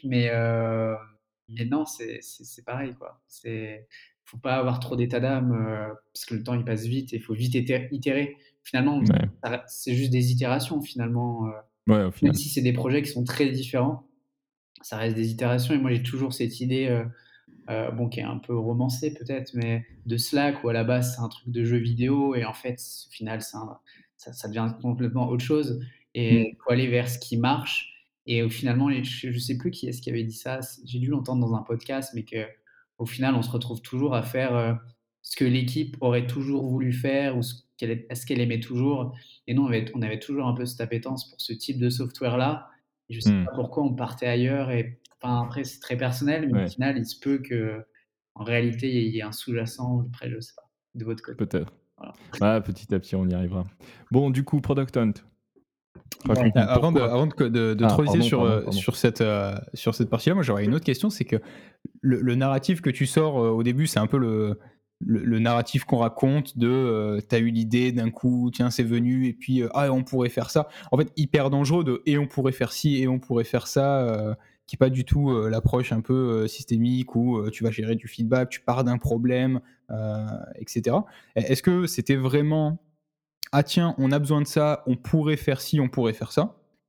mais non, c'est pareil, quoi. Faut pas avoir trop d'état d'âme, parce que le temps, il passe vite et il faut vite itérer. Finalement, Ouais. c'est juste des itérations, finalement, Ouais, au même final. si c'est des projets qui sont très différents, ça reste des itérations et moi, j'ai toujours cette idée, bon, qui est un peu romancé peut-être, mais de Slack où à la base c'est un truc de jeu vidéo et en fait au final ça devient complètement autre chose et il Mm. faut aller vers ce qui marche et finalement je sais plus qui est-ce qui avait dit ça, j'ai dû l'entendre dans un podcast, mais que au final on se retrouve toujours à faire ce que l'équipe aurait toujours voulu faire ou ce qu'elle aimait toujours et nous on avait toujours un peu cette appétence pour ce type de software là et je sais Hmm. pas pourquoi on partait ailleurs et enfin, après, c'est très personnel, mais au Ouais, final, il se peut qu'en réalité, il y ait un sous-jacent, après, je sais pas, de votre côté. peut-être. Voilà. Ah, petit à petit, on y arrivera. Bon, du coup, Product Hunt. Ouais, Raconte-nous pourquoi. Avant de Ah, trop diser pardon. sur cette partie-là, moi j'aurais une autre question, c'est que le narratif que tu sors au début, c'est un peu le narratif qu'on raconte de t'as eu l'idée d'un coup, tiens, c'est venu, et puis ah, on pourrait faire ça. En fait, hyper dangereux de et on pourrait faire ci, et on pourrait faire ça, qui n'est pas du tout l'approche un peu systémique où tu vas gérer du feedback, tu pars d'un problème, etc. Est-ce que c'était vraiment ah tiens, on a besoin de ça, on pourrait faire ci, on pourrait faire ça?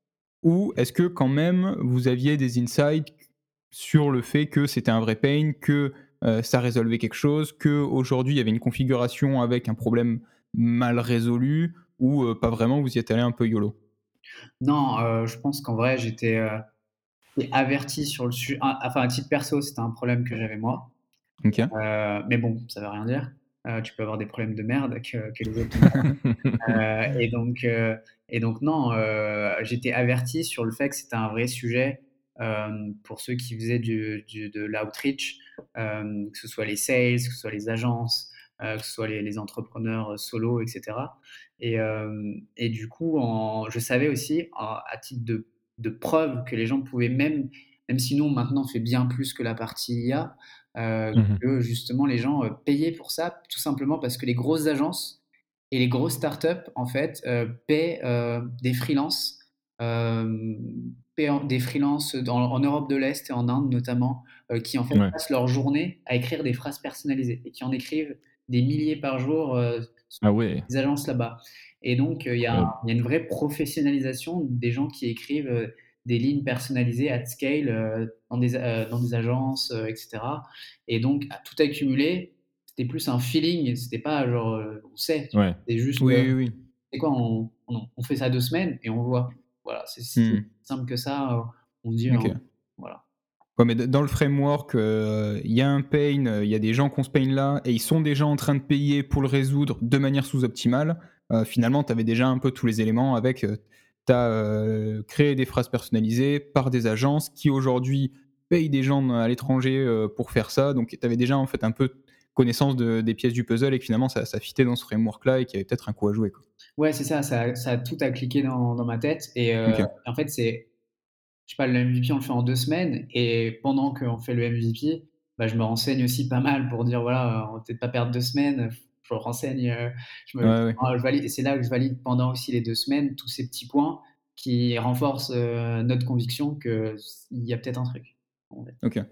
Ou est-ce que quand même vous aviez des insights sur le fait que c'était un vrai pain, que ça résolvait quelque chose, qu'aujourd'hui il y avait une configuration avec un problème mal résolu, ou pas vraiment, vous y êtes allé un peu YOLO? Non, je pense qu'en vrai, j'étais averti sur le sujet. Enfin, à titre perso, c'était un problème que j'avais moi. OK. Mais bon, ça veut rien dire. Tu peux avoir des problèmes de merde que les autres. Et donc non, j'étais averti sur le fait que c'était un vrai sujet, pour ceux qui faisaient de l'outreach, que ce soit les sales, que ce soit les agences, que ce soit les entrepreneurs, solos et cetera. Et du coup, je savais aussi, à titre de preuve que les gens pouvaient même si nous maintenant on fait bien plus que la partie IA, Mmh. que justement les gens, payaient pour ça, tout simplement parce que les grosses agences et les grosses startups, en fait, paient, des freelances, des freelances en Europe de l'Est et en Inde notamment, qui en fait Ouais. passent leur journée à écrire des phrases personnalisées et qui en écrivent des milliers par jour, sur Ah ouais, les agences là-bas. Et donc, incroyable. il y a une vraie professionnalisation des gens qui écrivent, des lignes personnalisées at scale, dans des agences, et cetera. Et donc, à tout accumulé, c'était plus un feeling, c'était pas genre, on sait, tu vois? Ouais. C'est juste, Oui, oui, oui. c'est quoi, on fait ça 2 semaines et on voit. Voilà, c'est Mmh. simple que ça, on se dit, OK. voilà. Ouais, mais dans le framework, il y a un pain, il y a des gens qui ont ce pain-là et ils sont déjà en train de payer pour le résoudre de manière sous-optimale. Finalement, tu avais déjà un peu tous les éléments avec, tu as créé des phrases personnalisées par des agences qui aujourd'hui payent des gens à l'étranger, pour faire ça. Donc tu avais déjà en fait un peu connaissance des pièces du puzzle et que finalement ça fitait dans ce framework-là et qu'il y avait peut-être un coup à jouer, quoi. Ouais, c'est ça, ça a tout à cliquer dans ma tête. Et OK. en fait, je sais pas, le MVP, on le fait en 2 semaines et pendant qu'on fait le MVP, bah, je me renseigne aussi pas mal pour dire: «Voilà, on va peut-être pas perdre 2 semaines». Je me renseigne, Ouais, ouais. je valide, et c'est là que je valide pendant aussi les 2 semaines tous ces petits points qui renforcent, notre conviction qu'il y a peut-être un truc, en fait. OK.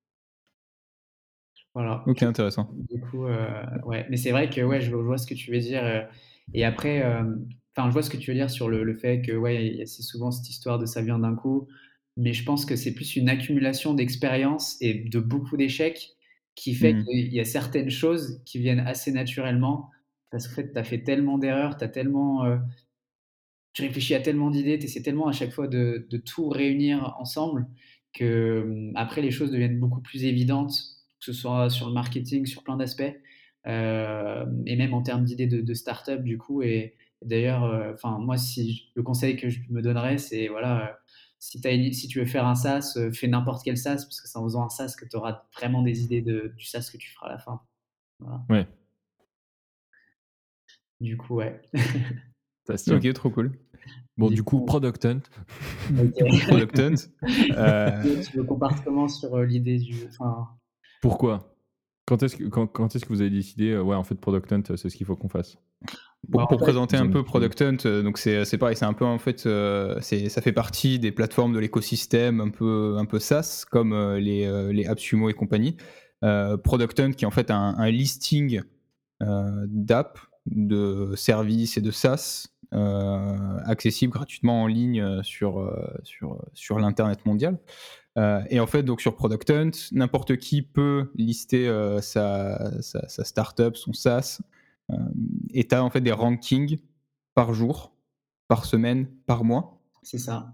Voilà. OK, intéressant. Du coup, ouais, mais c'est vrai que ouais, je vois ce que tu veux dire, et après, enfin, je vois ce que tu veux dire sur le fait que, ouais, il y a c'est souvent cette histoire de ça vient d'un coup, mais je pense que c'est plus une accumulation d'expériences et de beaucoup d'échecs qui fait Mmh. qu'il y a certaines choses qui viennent assez naturellement parce qu'en fait, tu as fait tellement d'erreurs, tu as tellement, tu réfléchis à tellement d'idées, tu essaies tellement à chaque fois de tout réunir ensemble que, après les choses deviennent beaucoup plus évidentes, que ce soit sur le marketing, sur plein d'aspects, et même en termes d'idées de start-up du coup. Et d'ailleurs, enfin moi, le conseil que je me donnerais, c'est voilà, si tu veux faire un SaaS, fais n'importe quel SaaS parce que c'est en faisant un SaaS que tu auras vraiment des idées du SaaS que tu feras à la fin. Voilà. Ouais, Du coup, ouais. ça se tient. OK, trop cool. Bon, Du du coup, coup, Product Hunt. Du coup, OK. Product Hunt, heu Tu veux qu'on parte comment sur, l'idée enfin, Pourquoi? Quand est-ce que vous avez décidé, ouais, en fait, Product Hunt, c'est ce qu'il faut qu'on fasse? bah, en pour fait, présenter un Deuxième peu question. Product Hunt, donc c'est pareil, c'est un peu en fait, ça fait partie des plateformes de l'écosystème un peu SaaS comme, les AppSumo et compagnie. Product Hunt qui est en fait un listing, d'app, de services et de SaaS, accessibles gratuitement en ligne, sur l'internet mondial. Et en fait, donc sur Product Hunt, n'importe qui peut lister sa startup, son SaaS, euh, et tu as en fait des rankings par jour, par semaine, par mois, c'est ça.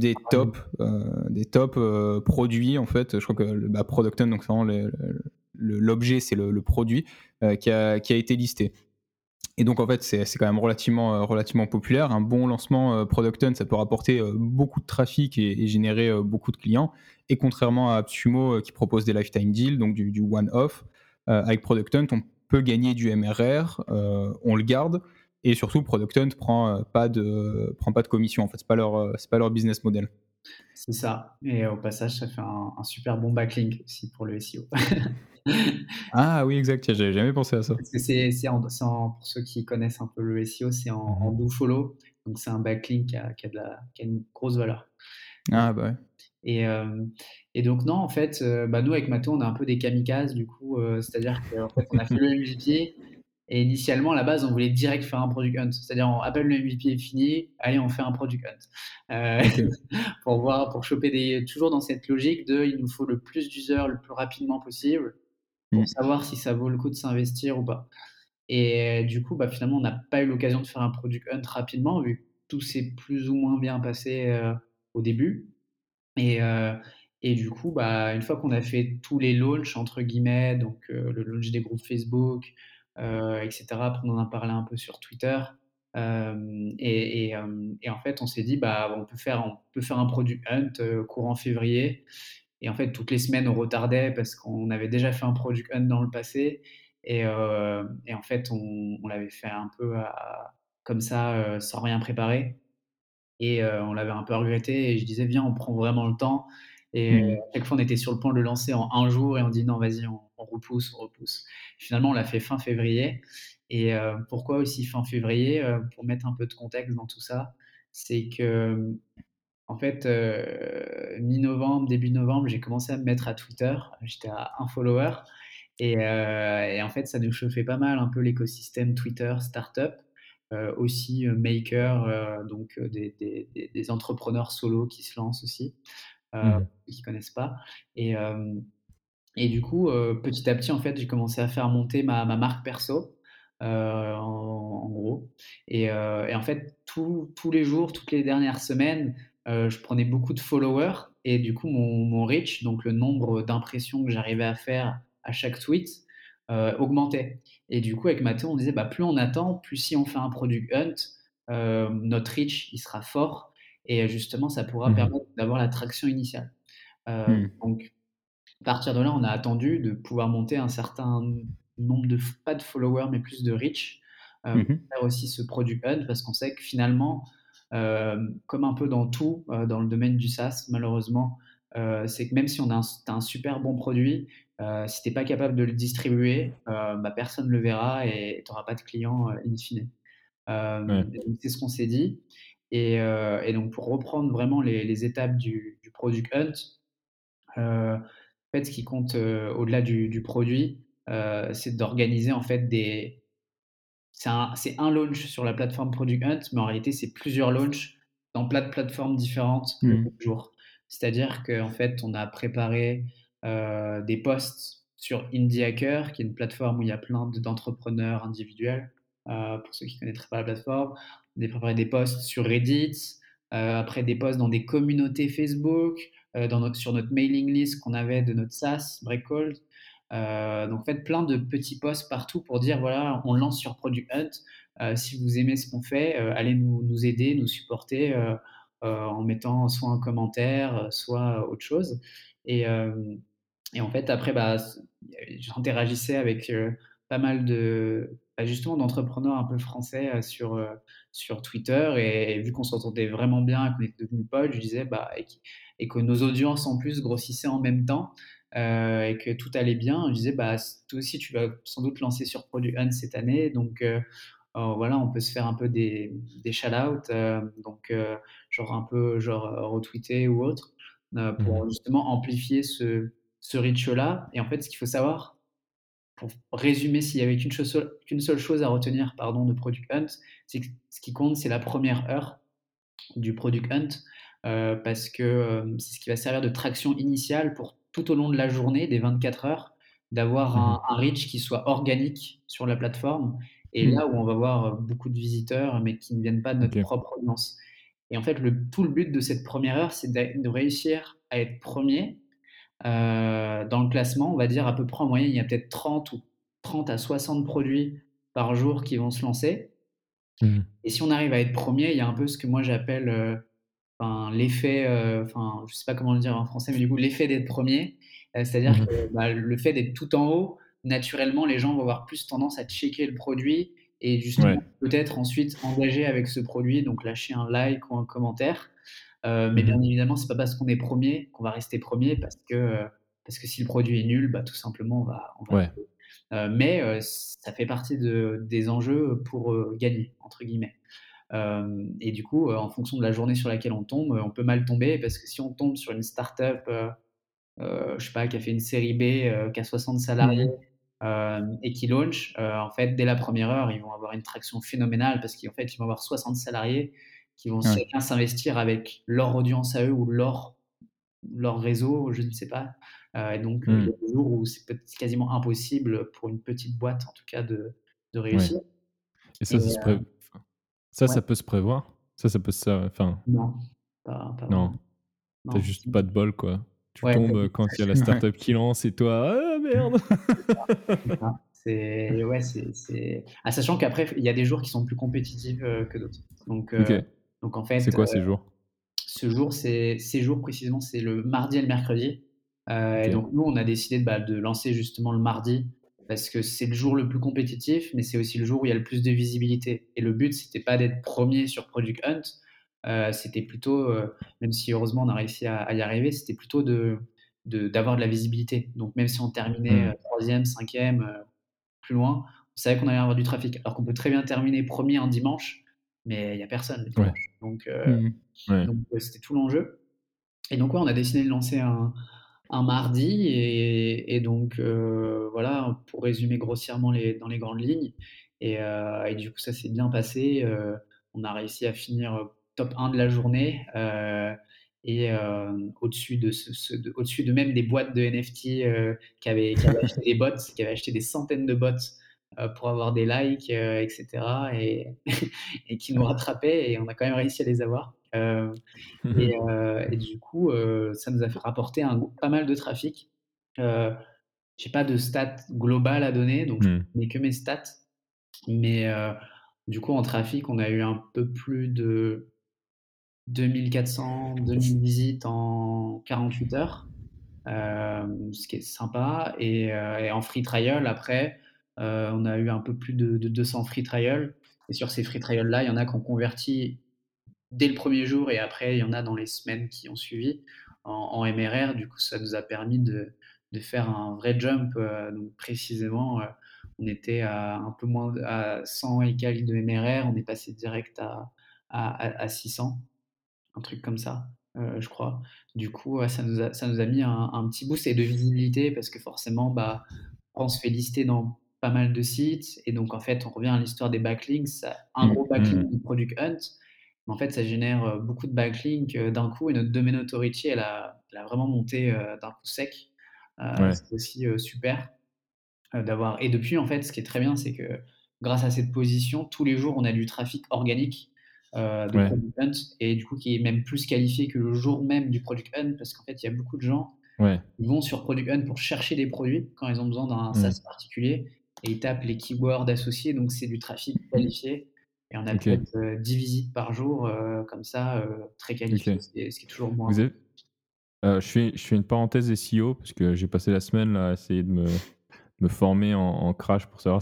des tops produits en fait. Je crois que Product Hunt, donc c'est vraiment l'objet, c'est le produit qui a été listé. Et donc en fait, c'est quand même relativement populaire. Un bon lancement Product Hunt, ça peut rapporter beaucoup de trafic et générer beaucoup de clients. Et contrairement à AppSumo qui propose des lifetime deals, donc du one-off, avec Product Hunt, on peut gagner du MRR, on le garde. Et surtout, Product Hunt prend pas de commission. En fait, c'est pas leur business model. C'est ça. Et au passage, ça fait un super bon backlink aussi pour le SEO. Ah oui, exact. Tiens, j'avais jamais pensé à ça. Parce que pour ceux qui connaissent un peu le SEO, c'est en Mmh. do-follow. Donc c'est un backlink qui a une grosse valeur. Ah bah ouais. Et, donc non, en fait, bah, nous avec Mato, on est un peu des kamikazes du coup, c'est-à-dire qu'en fait, on a fait le MVP. Et initialement, à la base, on voulait direct faire un product hunt. C'est-à-dire, on appelle le MVP est fini, allez, on fait un product hunt. OK. Pour voir, pour choper toujours dans cette logique de, il nous faut le plus d'users le plus rapidement possible pour Mmh. savoir si ça vaut le coup de s'investir ou pas. Et du coup, bah, finalement, on n'a pas eu l'occasion de faire un product hunt rapidement, vu que tout s'est plus ou moins bien passé, au début. Et heu et du coup, bah, une fois qu'on a fait tous les «launchs» entre guillemets, donc le launch des groupes Facebook, et cetera. Après on en a parlé un peu sur Twitter, et en fait, on s'est dit: «Bah, on peut faire un product hunt, courant février». Et en fait, toutes les semaines, on retardait parce qu'on avait déjà fait un product hunt dans le passé, et en fait, on l'avait fait un peu comme ça, sans rien préparer. Et on l'avait un peu regretté et je disais: «Viens, on prend vraiment le temps», et Mmh. à chaque fois, on était sur le point de le lancer en un jour et on dit: «Non, vas-y, on repousse, on repousse». Finalement, on l'a fait fin février. Et pourquoi aussi fin février? Pour mettre un peu de contexte dans tout ça, c'est que, en fait, mi-novembre, début novembre, j'ai commencé à me mettre à Twitter. J'étais à 1 follower. Et en fait, ça nous chauffait pas mal un peu l'écosystème Twitter startup, aussi, maker, donc des entrepreneurs solo qui se lancent aussi, Mmh. qui connaissent pas. Et du coup, petit à petit, en fait, j'ai commencé à faire monter ma marque perso, en gros. Et en fait, tous les jours, toutes les dernières semaines, je prenais beaucoup de followers et du coup, mon reach, donc le nombre d'impressions que j'arrivais à faire à chaque tweet, augmentait. Et du coup, avec Mathéo, on disait: «Bah, plus on attend, plus si on fait un product hunt, notre reach, il sera fort et justement, ça pourra Mmh. permettre d'avoir la traction initiale». Mmh. Donc à partir de là, on a attendu de pouvoir monter un certain nombre de pas de followers, mais plus de reach, pour Mmh. faire aussi ce product hunt parce qu'on sait que finalement, comme un peu dans tout, dans le domaine du SaaS malheureusement, c'est que même si tu as un super bon produit, si tu es pas capable de le distribuer, bah, personne le verra et tu auras pas de clients, in fine. Ouais. Et donc c'est ce qu'on s'est dit. Et donc pour reprendre vraiment les étapes du product hunt, en fait, ce qui compte, au-delà du produit, c'est d'organiser en fait des c'est un launch sur la plateforme Product Hunt, mais en réalité, c'est plusieurs launchs dans plein de plateformes différentes le Mmh. même jour. C'est-à-dire qu'en fait, on a préparé, des posts sur Indie Hacker, qui est une plateforme où il y a plein d'entrepreneurs individuels, pour ceux qui ne connaîtraient pas la plateforme. On a préparé des posts sur Reddit, après des posts dans des communautés Facebook, sur notre mailing list qu'on avait de notre SaaS, Breakcold. Donc faites plein de petits posts partout pour dire voilà, on lance sur Product Hunt. Si vous aimez ce qu'on fait, allez nous aider, nous supporter, en mettant soit un commentaire, soit autre chose. Et, et en fait, après, bah, j'interagissais avec pas mal justement d'entrepreneurs un peu français sur Twitter. Et vu qu'on s'entendait vraiment bien et qu'on était devenus potes, je disais, bah, et que nos audiences en plus grossissaient en même temps, et que tout allait bien, je disais, bah, toi aussi, tu vas sans doute lancer sur Product Hunt cette année. Donc, voilà, on peut se faire un peu des shout-out, donc, genre un peu genre retweeter ou autre, Mmh. pour justement amplifier ce reach-là. Et en fait, ce qu'il faut savoir, pour résumer, s'il y avait qu'une seule chose à retenir, pardon, de Product Hunt, c'est que ce qui compte, c'est la première heure du Product Hunt, parce que, c'est ce qui va servir de traction initiale pour tout au long de la journée, des 24 heures, d'avoir Mmh. un reach qui soit organique sur la plateforme et Mmh. là où on va voir beaucoup de visiteurs, mais qui ne viennent pas de notre OK. propre audience. Et en fait, tout le but de cette première heure, c'est de réussir à être premier dans le classement. On va dire à peu près en moyenne, il y a peut-être 30 à 60 produits par jour qui vont se lancer. Mmh. Et si on arrive à être premier, il y a un peu ce que moi j'appelle, enfin l'effet, enfin je sais pas comment le dire en français, mais du coup l'effet d'être premier. C'est-à-dire Mmh. que, bah, le fait d'être tout en haut, naturellement les gens vont avoir plus tendance à checker le produit et Ouais. justement peut-être ensuite engager avec ce produit, donc lâcher un like ou un commentaire. Mais Mmh. bien évidemment, c'est pas parce qu'on est premier qu'on va rester premier parce que si le produit est nul, bah, tout simplement on va Ouais. mais ça fait partie des enjeux pour, «gagner» entre guillemets. Et du coup, en fonction de la journée sur laquelle on tombe, on peut mal tomber parce que si on tombe sur une start-up, je sais pas, qui a fait une série B, qui a 60 salariés, Mmh. et qui launch, en fait, dès la première heure, ils vont avoir une traction phénoménale parce qu'en fait, ils vont avoir 60 salariés qui vont Ouais. chacun s'investir avec leur audience à eux ou leur réseau, je ne sais pas. Et donc, il y Mmh. a des jours où c'est quasiment impossible pour une petite boîte, en tout cas, de Ouais. réussir. Et Et enfin, ça, ouais, ça peut se prévoir? Ça peut se enfin, non, pas non, vraiment. tu Non, juste pas de bol, quoi. Tu ouais, tombes, quand il y a la Ouais. startup qui lance et toi: «Ah merde!» c'est ça. C'est ouais, sachant qu'après, il y a des jours qui sont plus compétitifs, que d'autres. OK. Donc en C'est fait, quoi ces jours? ces jours précisément, c'est le mardi et le mercredi. Et OK. donc nous, on a décidé de lancer justement le mardi parce que c'est le jour le plus compétitif, mais c'est aussi le jour où il y a le plus de visibilité. Et le but, c'était pas d'être premier sur Product Hunt, c'était plutôt, même si heureusement on a réussi à y arriver, c'était plutôt d'avoir de la visibilité. Donc même si on terminait, Mmh. 3e, 5e, plus loin, on savait qu'on allait avoir du trafic. Alors qu'on peut très bien terminer premier un dimanche, mais il y a personne le Ouais. dimanche. Mmh. Ouais. C'était tout l'enjeu. Et donc ouais, on a décidé de lancer un mardi et donc voilà, pour résumer grossièrement dans les grandes lignes. Et du coup, ça s'est bien passé. On a réussi à finir, top 1 de la journée, au-dessus au-dessus de même des boîtes de NFT, qui avaient acheté des bots, qui avaient acheté des centaines de bots, pour avoir des likes, et cetera et qui nous rattrapaient et on a quand même réussi à les avoir. Et du coup, ça nous a fait rapporter pas mal de trafic. Heu, j'ai pas de stats globales à donner, donc je peux Mmh. donner que mes stats. Mais du coup, en trafic, on a eu un peu plus de 2 400-2 000 visites en 48 heures, ce qui est sympa. Et en free trial après, on a eu un peu plus de 200 free trial. Et sur ces free trial là, il y en a qui ont converti dès le premier jour et après, il y en a dans les semaines qui ont suivi en MRR. Du coup, ça nous a permis de faire un vrai jump. Donc précisément, on était à un peu moins à 100 et quelques de MRR, on est passé direct à 600, un truc comme ça, je crois. Du coup, ouais, ça nous a mis un petit boost et de visibilité parce que forcément, bah, on se fait lister dans pas mal de sites et donc en fait, on revient à l'histoire des backlinks. Un Mmh. gros Mmh. backlink de Product Hunt, mais en fait, ça génère, beaucoup de backlinks, d'un coup et notre domain authority, elle a vraiment monté, d'un coup sec. Ouais. C'est aussi, super, d'avoir et depuis, en fait, ce qui est très bien, c'est que grâce à cette position, tous les jours, on a du trafic organique, de Ouais. Product Hunt et du coup, qui est même plus qualifié que le jour même du Product Hunt parce qu'en fait, il y a beaucoup de gens Ouais. qui vont sur Product Hunt pour chercher des produits quand ils ont besoin d'un Mmh. SaaS particulier et ils tapent les keywords associés, donc c'est du trafic qualifié et on a OK. peut-être, 10 visites par jour, comme ça, très OK. qualifiées, ce qui est toujours bon à Vous voir. avez je fais une parenthèse SEO parce que j'ai passé la semaine là à essayer de me former en crash pour savoir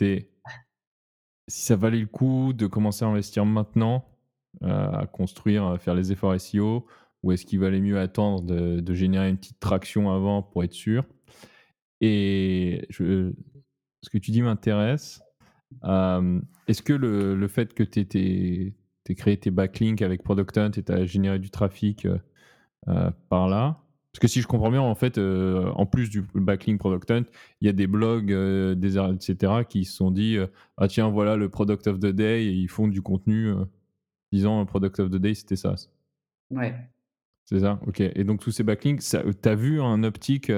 si ça valait le coup de commencer à investir maintenant, à construire, faire les efforts SEO ou est-ce qu'il valait mieux attendre de générer une petite traction avant pour être sûr? Et ce que tu dis m'intéresse. Est-ce que le fait que tu aies créé tes backlinks avec Product Hunt et tu as généré du trafic, par là. Parce que si je comprends bien, en fait, en plus du backlink Product Hunt, il y a des blogs, des ar et cetera qui se sont dit, «Ah tiens, voilà le product of the day» et ils font du contenu, disant, «Product of the day, c'était ça». Ouais, C'est ça? OK et donc tous ces backlinks, ça tu as vu un uptick,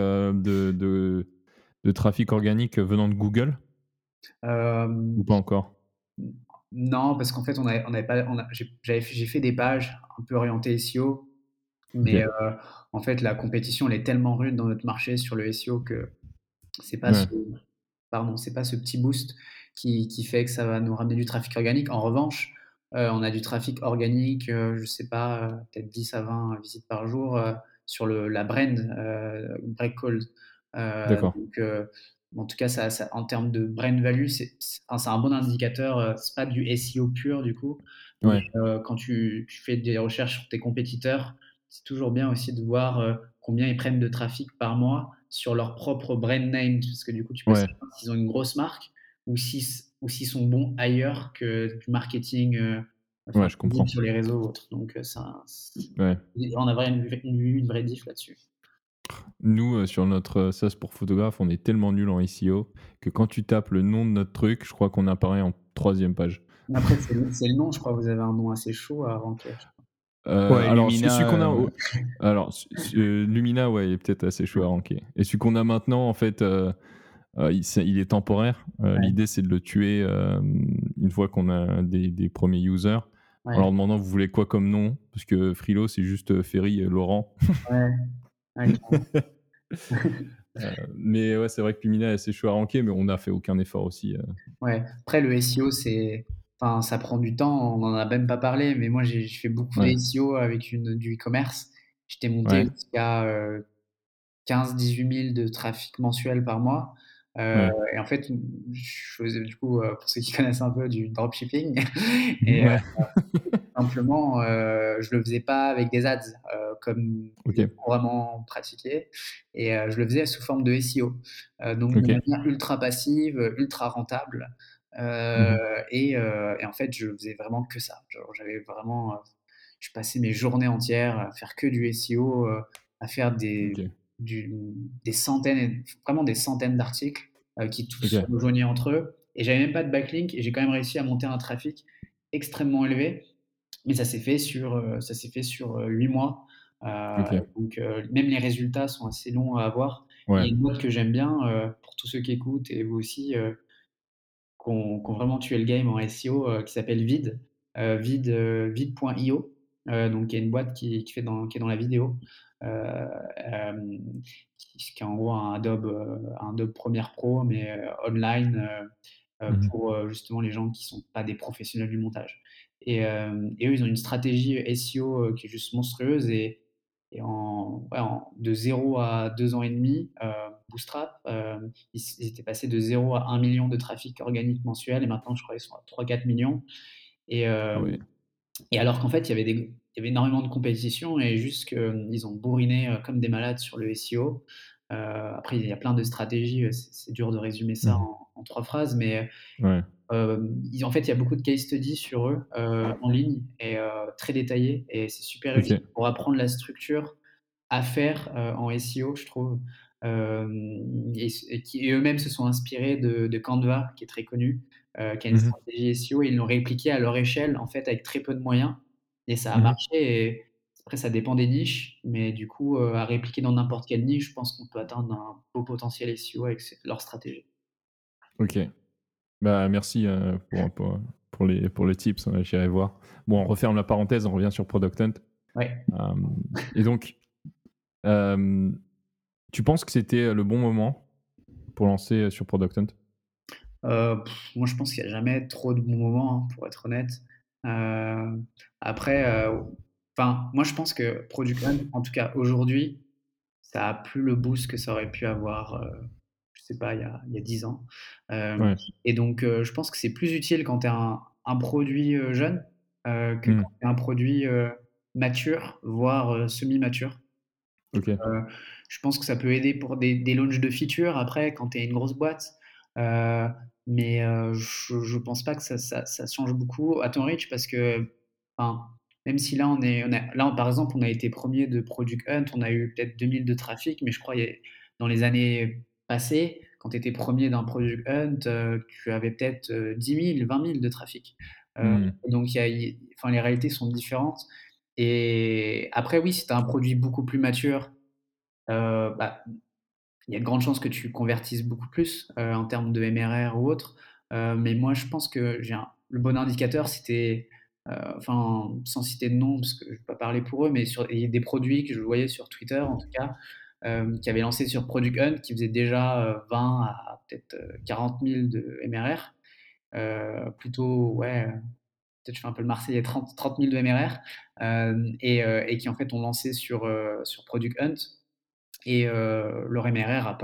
de trafic organique venant de Google ou pas j encore? non, parce qu'en fait, on avait pas on a j'ai fait des pages un peu orientées SEO, mais OK. en fait, la compétition, elle est tellement rude dans notre marché sur le SEO que c'est pas ce Ouais. c'est pas ce petit boost qui fait que ça va nous ramener du trafic organique. En revanche, on a du trafic organique, je sais pas, peut-être 10 à 20 visites par jour, sur la brand, Breakcold. D'accord. En tout cas, ça en termes de brand value, enfin, c'est un bon indicateur, c'est pas du SEO pur du coup, mais Ouais. quand tu fais des recherches sur tes compétiteurs, c'est toujours bien aussi de voir, combien ils prennent de trafic par mois sur leur propre brand name. Parce que du coup, tu peux Ouais. savoir s'ils ont une grosse marque ou s'ils sont bons ailleurs que du marketing, Ouais, enfin, je visible comprends. sur les réseaux ou autres. Donc ça Ouais. on a vraiment une vraie diff là-dessus. Nous, sur notre SaaS pour photographe, on est tellement nuls en SEO que quand tu tapes le nom de notre truc, je crois qu'on apparaît en 3e page. Après, c'est le nom, je crois. Vous avez un nom assez chaud à ranker. Ouais, Alors celui qu'on Lumina, a alors Lumina, ouais, il est peut-être assez chaud à ranker et celui qu'on a maintenant, en fait, il est temporaire. Ouais, L'idée, c'est de le tuer, une fois qu'on a des premiers users, en ouais, leur demandant: «Vous voulez quoi comme nom?» parce que Frilo, c'est juste, Ferry et Laurent. ouais, ouais, clairement. Mais ouais, c'est vrai que Lumina est assez chaud à ranker, mais on n'a fait aucun effort aussi, Ouais. Après, le SEO, enfin, ça prend du temps. On en a même pas parlé, mais moi, je fais beaucoup de Ouais, SEO avec du e-commerce. J'étais monté ouais, jusqu'à 15 000 à 18 000 de trafic mensuel par mois. ouais. Et en fait, je faisais du coup, pour ceux qui connaissent un peu, du dropshipping. Et Ouais. simplement, je le faisais pas avec des ads, comme OK, les couramment pratiqués, et je le faisais sous forme de SEO, donc de OK. manière ultra passive, ultra rentable, heu Mmh. et en fait, je faisais vraiment que ça. Genre, j'avais vraiment, je passais mes journées entières à faire que du SEO, à faire OK, du des centaines et vraiment des centaines d'articles, qui tous se OK. rejoignaient entre eux, et j'avais même pas de backlink, et j'ai quand même réussi à monter un trafic extrêmement élevé. Mais ça s'est fait sur 8 mois, OK. donc même les résultats sont assez longs à avoir. Il Ouais. y a une boîte que j'aime bien, pour tous ceux qui écoutent et vous aussi, qui ont vraiment tué le game en SEO, qui s'appelle Vide, vide.io, donc qui est une boîte qui est dans la vidéo, hem, qui est en gros un Adobe Premiere Pro, mais online, Mmh. pour, justement les gens qui sont pas des professionnels du montage, et eux, ils ont une stratégie SEO, qui est juste monstrueuse, et de 0 à 2 ans et demi, bootstrap, ils étaient passés de 0 à 1 million de trafic organique mensuel, et maintenant je crois qu'ils sont à 3 4 millions, et Ah ouais. hem et alors qu'en fait, il y avait énormément de compétition, et juste qu'ils ont bourriné, comme des malades sur le SEO. Après il y a plein de stratégies, c'est dur de résumer ça Mmh. en 3 phrases, mais Ouais. ils en fait, il y a beaucoup de case studies sur eux, en ligne, et très détaillés, et c'est super OK. utile pour apprendre la structure à faire, en SEO, je trouve. Et eux-mêmes se sont inspirés de Canva, qui est très connu, qui a une Mmh. stratégie SEO, et ils l'ont répliqué à leur échelle, en fait, avec très peu de moyens, et ça a Mmh. marché. Et après, ça dépend des niches, mais du coup, à répliquer dans n'importe quelle niche, je pense qu'on peut atteindre un beau potentiel SEO avec leur stratégie. OK. Bah, merci, pour les tips, j'irai voir. Bon, on referme la parenthèse, on revient sur Product Hunt. Ouais. Et donc, hem, tu penses que c'était le bon moment pour lancer, sur Product Hunt? Moi, je pense qu'il y a jamais trop de bons moments, hein, pour être honnête. Heu, après, enfin, moi, je pense que Product Hunt, en tout cas aujourd'hui, ça a plus le boost que ça aurait pu avoir, je sais pas, il y a 10 ans. Hem Ouais. Et donc je pense que c'est plus utile quand tu es un produit, jeune, que Mmh. quand tu es un produit, mature, voire, semi-mature. OK. Heu, je pense que ça peut aider pour des launches de features après quand tu es une grosse boîte, heu, mais je pense pas que ça change beaucoup à ton reach, parce que, enfin, même si là là, par exemple, on a été premier de Product Hunt, on a eu peut-être 2 000 de trafic, mais je crois dans les années passées, quand tu étais 1er d'un Product Hunt, tu avais peut-être, 10 000, 20 000 de trafic. Mmh. Donc enfin, les réalités sont différentes, et après oui, si tu as un produit beaucoup plus mature, bah, il y a de grandes chances que tu convertisses beaucoup plus, en termes de MRR ou autre. Mais moi, je pense que le bon indicateur, c'était, enfin, sans citer de nom, parce que je ne vais pas parler pour eux, mais il y a des produits que je voyais sur Twitter, en tout cas, qui avaient lancé sur Product Hunt, qui faisaient déjà, 20 à peut-être, 40 000 de MRR. Plutôt, ouais, peut-être je fais un peu le marseillais, 30 000 de MRR, et qui en fait ont lancé sur Product Hunt, et leur MRR a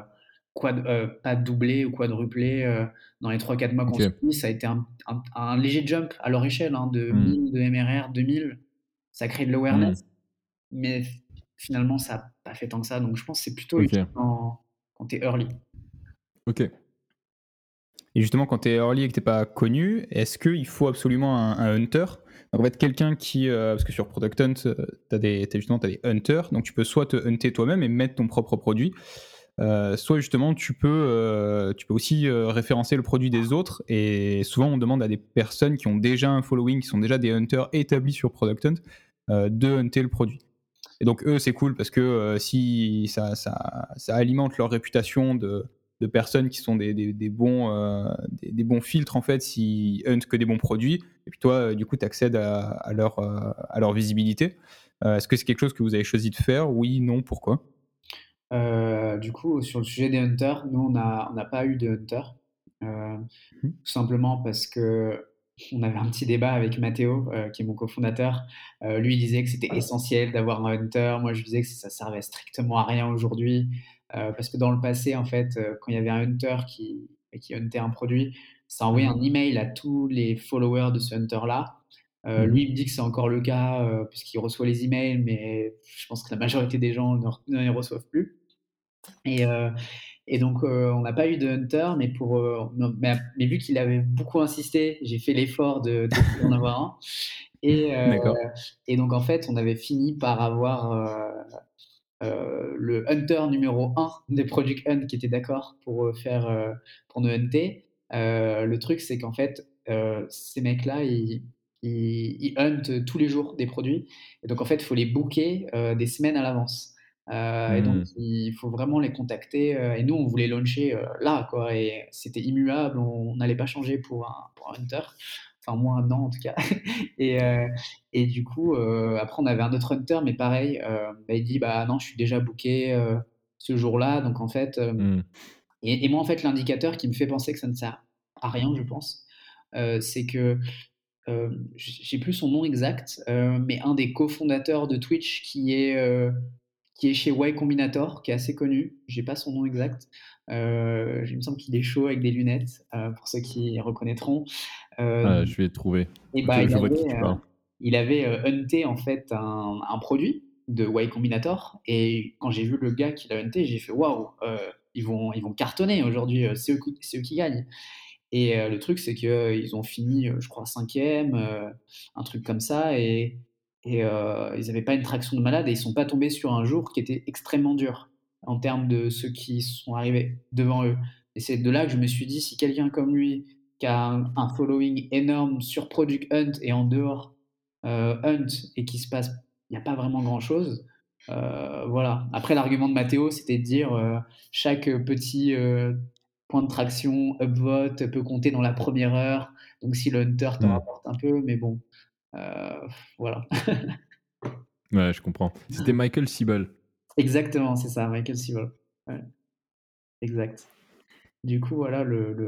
pas doublé ou quadruplé, dans les 3 4 mois qu'on OK. suit. Ça a été un léger jump à leur échelle, hein, de Mmh. 1 000 de MRR, 2 000. Ça crée de Mmh. l'awareness, mais finalement, ça a pas fait tant que ça. Donc je pense que c'est plutôt utile OK. quand tu es early. OK. Et justement, quand tu es early et que tu pas connu, est-ce qu'il faut absolument un hunter Donc, en fait, quelqu'un qui, parce que sur Product Hunt, justement, t'as des hunters, donc tu peux soit te hunter toi-même et mettre ton propre produit, soit justement tu peux aussi référencer le produit des autres, et souvent on demande à des personnes qui ont déjà un following, qui sont déjà des hunters établis sur Product Hunt, de hunter le produit. Et donc eux, c'est cool parce que si ça alimente leur réputation de personnes qui sont des bons filtres, en fait, s'ils huntent que des bons produits. Et puis toi, du coup, tu accèdes à leur visibilité. Est-ce que c'est quelque chose que vous avez choisi de faire? Oui, non, pourquoi? Du coup, sur le sujet des hunters, nous, on n'a pas eu de hunters, Mmh. tout simplement parce qu'on avait un petit débat avec Mathéo, qui est mon cofondateur. Lui, il disait que c'était essentiel d'avoir un hunter. Moi, je disais que ça servait strictement à rien aujourd'hui, parce que dans le passé, en fait, quand il y avait un hunter qui huntait un produit, ça envoyait Mmh. un email à tous les followers de ce hunter-là. Mmh. Lui, il me dit que c'est encore le cas, puisqu'il reçoit les emails, mais je pense que la majorité des gens ne les reçoivent plus. Et, heu et donc, on n'a pas eu de hunter, mais non, mais vu qu'il avait beaucoup insisté, j'ai fait l'effort d'essayer d'en avoir un. Et heu D'accord. et donc en fait, on avait fini par avoir, le hunter numéro un des Product Hunt qui était d'accord pour nous hunter. Le truc, c'est qu'en fait, ces mecs-là, ils huntent tous les jours des produits, et donc en fait, il faut les booker, des semaines à l'avance. Et donc Mmh. il faut vraiment les contacter, et nous, on voulait launcher, là, quoi, et c'était immuable, on n'allait pas changer pour un hunter. Enfin moi, non, en tout cas. Et et du coup, après on avait un autre hunter, mais pareil, bah, il dit: «Bah non, je suis déjà booké, ce jour-là». Donc en fait, Mmh. et moi, en fait, l'indicateur qui me fait penser que ça ne sert à rien, je pense, c'est que, j'ai plus son nom exact, mais un des cofondateurs de Twitch qui est chez Y Combinator, qui est assez connu, j'ai pas son nom exact, il me semble qu'il est chauve avec des lunettes, pour ceux qui reconnaîtront. Ah, Hem je vais trouver. Et bah, Je vois de qui tu parles. il avait, hunté en fait un produit de Y Combinator, et quand j'ai vu le gars qui l'a hunté, j'ai fait: «Waouh, ils vont cartonner aujourd'hui, c'est eux qui gagnent». Et le truc, c'est qu'ils ont fini, je crois 5e, un truc comme ça, ils avaient pas une traction de malade, et ils sont pas tombés sur un jour qui était extrêmement dur en termes de ceux qui sont arrivés devant eux. Et c'est de là que je me suis dit: «Si quelqu'un comme lui, qui a un following énorme sur Product Hunt et en dehors, hunt, et il y a pas vraiment grand chose», voilà. Après, l'argument de Mathéo, c'était de dire, chaque petit, point de traction, upvote peut compter dans la première heure, donc si le hunter te Mmh. rapporte un peu, mais bon, voilà. Ouais, je comprends. C'était Michael Siebel. Exactement, c'est ça, Michael Civil. Ouais, exact. Du coup, voilà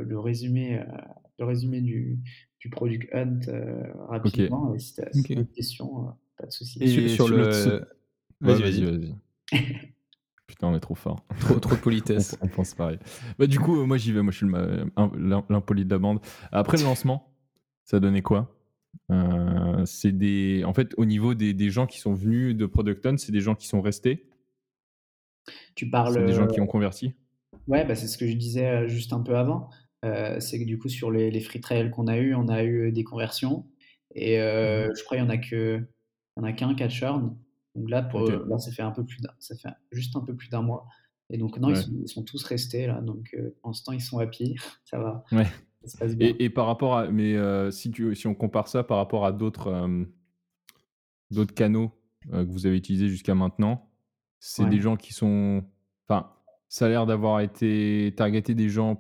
le résumé du Product Hunt, OK. rapidement, et si tu as OK. d'autres questions, pas de souci. Et Sur sur le tso le ouais, Vas-y, vas-y, vas-y. vas-y. Putain, on est trop fort. Trop de politesse. On pense pareil. Bah, du coup, moi, j'y vais. Moi, je suis l'impoli de la bande. Après le lancement, ça donnait quoi? C'est en fait, au niveau des gens qui sont venus de Product Hunt, c'est des gens qui sont restés? Tu parles, C'est des gens qui ont converti? ouais, bah, c'est ce que je disais, juste un peu avant. C'est que du coup sur les free trials qu'on a eu, on a eu des conversions, et Mmh. je crois il y en a qu'un qui a churn. Donc là OK. là ça fait juste un peu plus d'un mois, et donc non, Ouais. ils sont tous restés là, donc pour l'instant ils sont happy, ça va, Ouais. ça se passe bien. Et par rapport à mais si on compare ça par rapport à d'autres canaux, que vous avez utilisés jusqu'à maintenant, c'est Ouais. des gens qui sont enfin, ça a l'air d'avoir été targeté des gens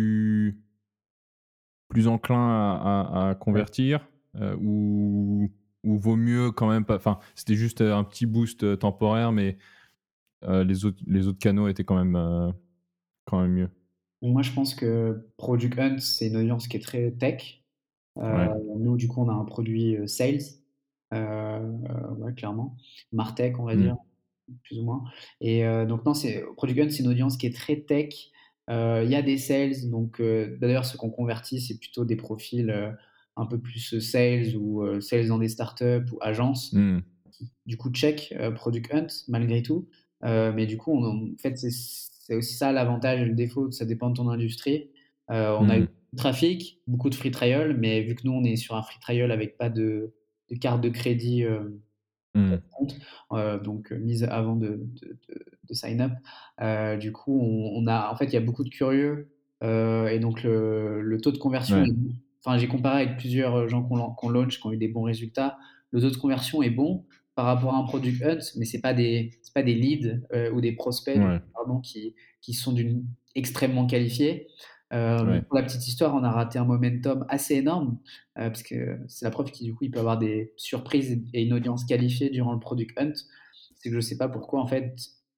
plus enclins à Ouais. convertir, ou vaut mieux quand même pas enfin, c'était juste, un petit boost, temporaire, mais les autres canaux étaient quand même mieux? Moi je pense que Product Hunt, c'est une audience qui est très tech. Ouais. Nous du coup on a un produit, sales, ouais, clairement, martech on va Mmh. dire. Plus ou moins. Et donc non, Product Hunt, c'est une audience qui est très tech. Il y a des sales, donc d'ailleurs ceux qu'on convertit, c'est plutôt des profils, un peu plus, sales, ou sales dans des startups ou agences, Mmh. qui du coup check, Product Hunt malgré tout. Mais du coup, en fait, c'est aussi ça l'avantage et le défaut, ça dépend de ton industrie. On a eu Mmh. du trafic, beaucoup de free trial, mais vu que nous on est sur un free trial avec pas de de carte de crédit Mmh. compte, donc mise avant de sign up. Du coup, on a en fait, il y a beaucoup de curieux, et donc le taux de conversion Ouais, est bon. Enfin, j'ai comparé avec plusieurs, gens qui ont launch, qui ont eu des bons résultats. Le taux de conversion est bon par rapport à un product hunt, mais c'est pas des leads, ou des prospects du coup, ouais, pardon, qui sont extrêmement qualifiés. ouais, Pour la petite histoire, on a raté un momentum assez énorme, parce que c'est la preuve qu'il du coup, il peut avoir des surprises et une audience qualifiée durant le product hunt. C'est que je ne sais pas pourquoi en fait,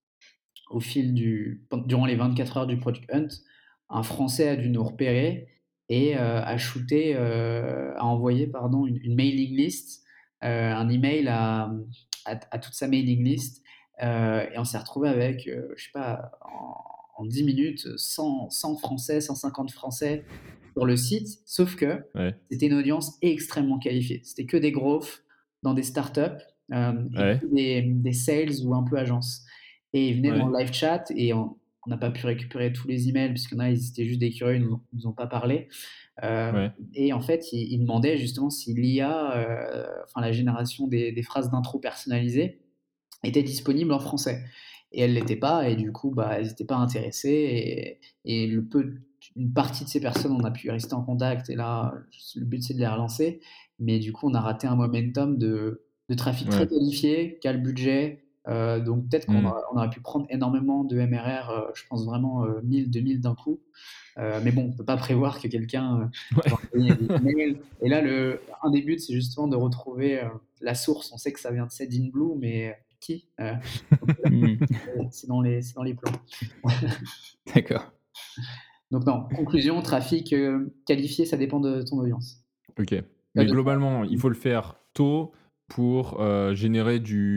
durant les 24 heures du product hunt, un Français a dû nous repérer et a envoyé pardon une mailing list, un email à toute sa mailing list, et on s'est retrouvé avec, je sais pas, en 10 minutes, 100 Français, 150 Français sur le site, sauf que ouais, c'était une audience extrêmement qualifiée. C'était que des growth dans des startups, et ouais, que des sales ou un peu agences. Et ils venaient dans ouais, le live chat et on n'a pas pu récupérer tous les emails puisqu'il y en a, ils étaient juste des curieux, ils nous ont pas parlé. ouais, Et en fait, ils demandaient justement si l'IA, enfin la génération des phrases d'intro personnalisées était disponible en français. Et elle l'était pas et du coup, bah, elles étaient pas intéressées et une partie de ces personnes, on a pu rester en contact et là, le but, c'est de les relancer. Mais du coup, on a raté un momentum de trafic très ouais. qualifié, qui a le budget, donc peut-être qu'on Mmh. aura on aurait pu prendre énormément de MRR, je pense vraiment, 1 000-2 000 d'un coup. Mais bon, on peut pas prévoir que quelqu'un, Ouais. va envoyer des emails et là, un des buts, c'est justement de retrouver, la source. On sait que ça vient de Blue, mais qui? Donc Mmh. c'est dans les plans. D'accord. Donc non, conclusion, trafic, qualifié, ça dépend de ton audience. OK. Mais De globalement, il faut le faire tôt pour, générer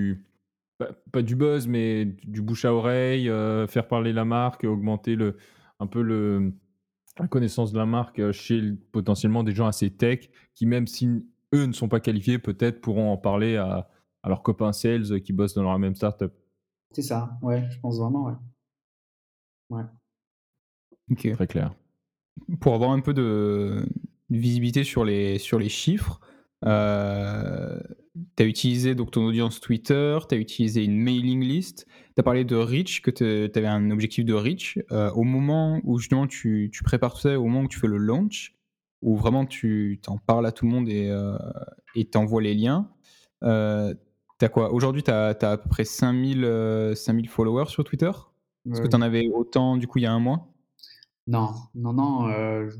pas du buzz, mais du bouche à oreille, faire parler la marque, augmenter un peu la connaissance de la marque, chez potentiellement des gens assez tech qui, même si eux ne sont pas qualifiés, peut-être pourront en parler à leurs copains sales, qui bossent dans la même startup. c'est ça, ouais, je pense vraiment, ouais. Ouais. OK. Très clair. Pour avoir un peu de visibilité sur les chiffres, Mmh. tu as utilisé donc ton audience Twitter, tu as utilisé une mailing list, tu as parlé de reach, que tu avais un objectif de reach. Au moment où justement tu prépares tout ça, au moment où tu fais le launch, où vraiment tu en parles à tout le monde et tu envoies les liens, tu quoi? Aujourd'hui, tu as à peu près 5 000 followers sur Twitter? Est-ce que tu en avais autant du coup il y a un mois? Non, non, non,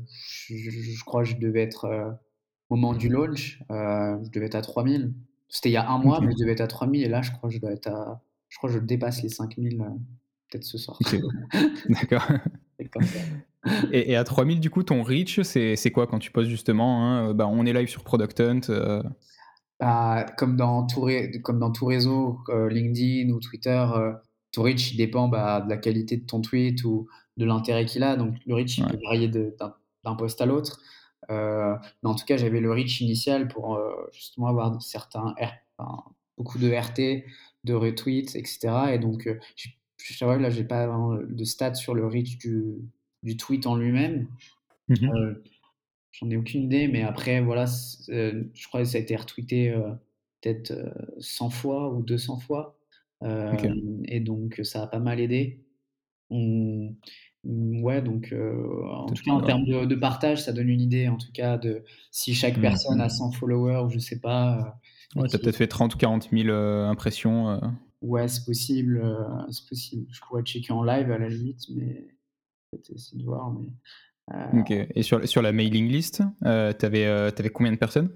je crois que je devais être, au moment du launch, je devais être à 3 000. C'était il y a un mois, OK, mais je devais être à 3 000 et là, je crois que je dépasse les 5 000, peut-être ce soir. OK, d'accord. C'est comme ça. Et à 3 000 du coup, ton reach, c'est quoi quand tu postes justement, hein, bah, on est live sur Product Hunt, Bah, comme dans tout réseau, LinkedIn ou Twitter, ton reach, il dépend, bah, de la qualité de ton tweet ou de l'intérêt qu'il a. Donc le reach, il ouais. peut varier d'un post à l'autre. Mais en tout cas, j'avais le reach initial pour, justement avoir enfin, beaucoup de RT, de retweets et cetera et donc, je t'avoue, là, j'ai pas vraiment de stats sur le reach du tweet en lui-même. Mmh mh. Heu J'en ai aucune idée, mais après voilà, je crois que ça a été retweeté, peut-être, 100 fois ou 200 fois, OK. et donc ça a pas mal aidé. On Ouais, donc en tout cas, en Ouais. termes de partage, ça donne une idée, en tout cas, de si chaque Mmh. personne a 100 followers ou je sais pas, et Ouais, tu as qui peut-être fait 30 ou 40 000, impressions, ouais, c'est possible. Je pourrais checker en live à la limite, mais peut-être essayer de voir, mais OK. Et sur la mailing list, tu avais combien de personnes?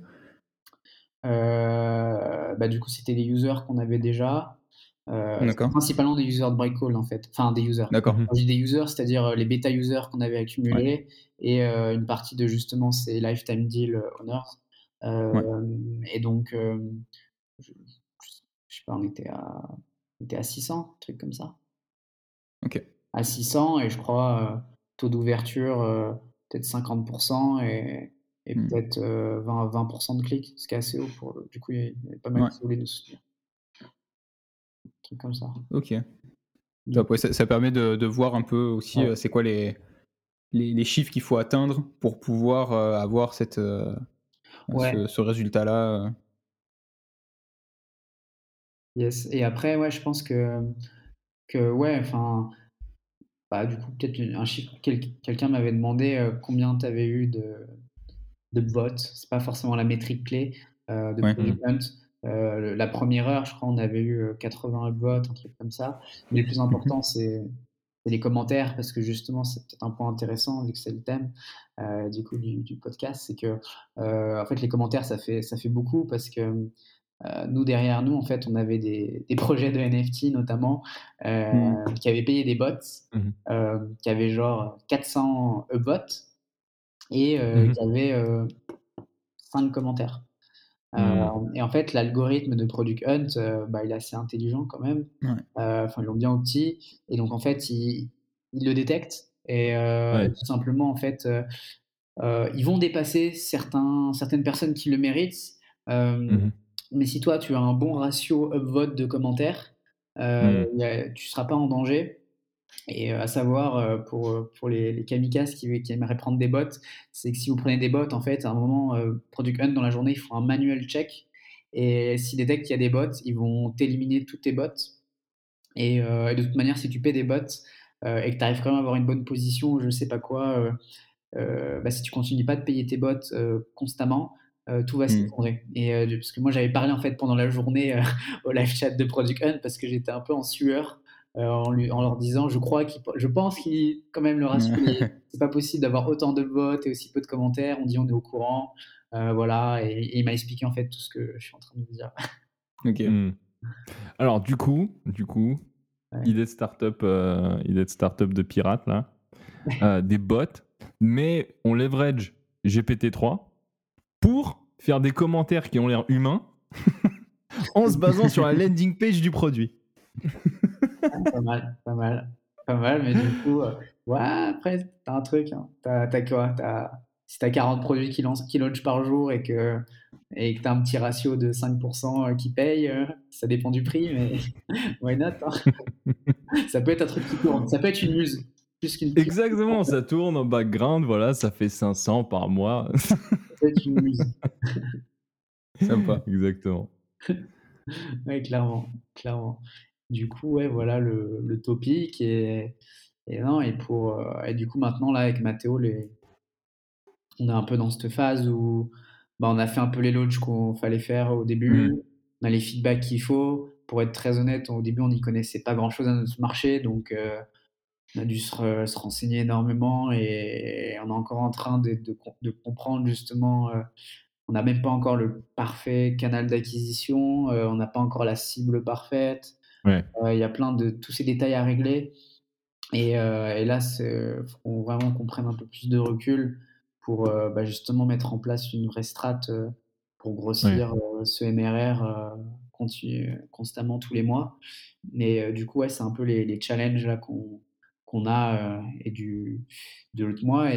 Bah, du coup, c'était des users qu'on avait déjà, c'était D'accord. principalement des users de Breakall, en fait. Enfin, des users. D'accord. Mmh. Quand je dis des users, c'est-à-dire, les bêta users qu'on avait Ouais. accumulés et une partie de justement ces lifetime deal, owners. Ouais. Et donc, je je sais pas, on était à 600, un truc comme ça. OK. À 600 et je crois, taux d'ouverture, peut-être 50 et Mmh. peut-être, 20 de clics, ce qui est assez haut pour du coup, il y avait pas mal Ouais. qui voulaient nous soutenir, un truc comme ça. OK. Donc Top, ouais, ça permet de voir un peu aussi, ouais, c'est quoi les chiffres qu'il faut atteindre pour pouvoir, avoir cette, ouais, ce résultat-là, Yes et après, ouais, je pense que ouais, enfin, bah, du coup, peut-être un chiffre quelqu'un m'avait demandé, combien tu avais eu de bots. C'est pas forcément la métrique clé, de Ouais. Product Hunt. La première heure, je crois, on avait eu, 80 upvotes, un truc comme ça. Mais le plus Mmh. important, c'est les commentaires parce que justement, c'est peut-être un point intéressant vu que c'est le thème, du coup du podcast. C'est que, en fait, les commentaires, ça fait beaucoup parce que, nous, derrière nous, en fait, on avait des projets de NFT notamment, Mmh. qui avaient payé des bots, Mmh. qui avaient genre 400 upvotes et Mmh. qui avaient, 5 commentaires. Mmh. Et en fait, l'algorithme de Product Hunt, bah, il est assez intelligent quand même. Ouais. Enfin, ils l'ont bien opti et donc en fait, il le détecte et Ouais. tout simplement, en fait, ils vont dépasser certaines personnes qui le méritent, hem, Mmh. mais si toi, tu as un bon ratio upvote de commentaires, Mmh. tu seras pas en danger et à savoir, pour les kamikazes qui aimeraient prendre des bots, c'est que si vous prenez des bots, en fait, à un moment, Product Hunt dans la journée, ils font un manuel check et s'ils détectent qu'il y a des bots, ils vont t'éliminer tous tes bots et de toute manière, si tu paies des bots, et que tu arrives quand même à avoir une bonne position, je sais pas quoi, bah, si tu continues pas de payer tes bots, constamment, tout va Mmh. s'effondrer parce que moi, j'avais parlé, en fait, pendant la journée, au live chat de Product Hunt parce que j'étais un peu en sueur, en leur disant: Je pense qu'il quand même le ratio il est c'est pas possible d'avoir autant de bots et aussi peu de commentaires. On dit: «On est au courant», voilà et il m'a expliqué, en fait, tout ce que je suis en train de vous dire. OK. Mmh. Alors du coup, Ouais. idée de start-up de pirates là, des bots, mais on leverage GPT-3 pour faire des commentaires qui ont l'air humains en se basant sur la landing page du produit. Pas mal, pas mal, pas mal, mais du coup, ouais, après, tu as un truc, hein. Tu as quoi? Si tu as 40 produits qui launchent par jour et que tu as un petit ratio de 5 qui payent, ça dépend du prix, mais why not, hein? Ça peut être un truc qui tourne, ça peut être une muse, plus qu'une pire, Exactement, ça tourne en background, voilà, ça fait 500 par mois. ça peut être une muse. Sympa. Exactement. Ouais, clairement, clairement. Du coup, ouais, voilà le topic et non et du coup, maintenant, là, avec Mathéo, on est un peu dans cette phase où, bah, on a fait un peu les launchs qu'on fallait faire au début. Mmh. On a les feedbacks qu'il faut. Pour être très honnête, au début, on n'y connaissait pas grand-chose à notre marché, donc on a dû se renseigner énormément et on est encore en train de comprendre justement, on n'a même pas encore le parfait canal d'acquisition, on n'a pas encore la cible parfaite. Ouais, Il y a plein de tous ces détails à régler et là, faut vraiment qu'on prenne un peu plus de recul pour, bah, justement mettre en place une vraie strat, pour ouais, grossir, ce MRR, constamment tous les mois. Mais, du coup, ouais, c'est un peu les challenges là qu'on a, de l'autre mois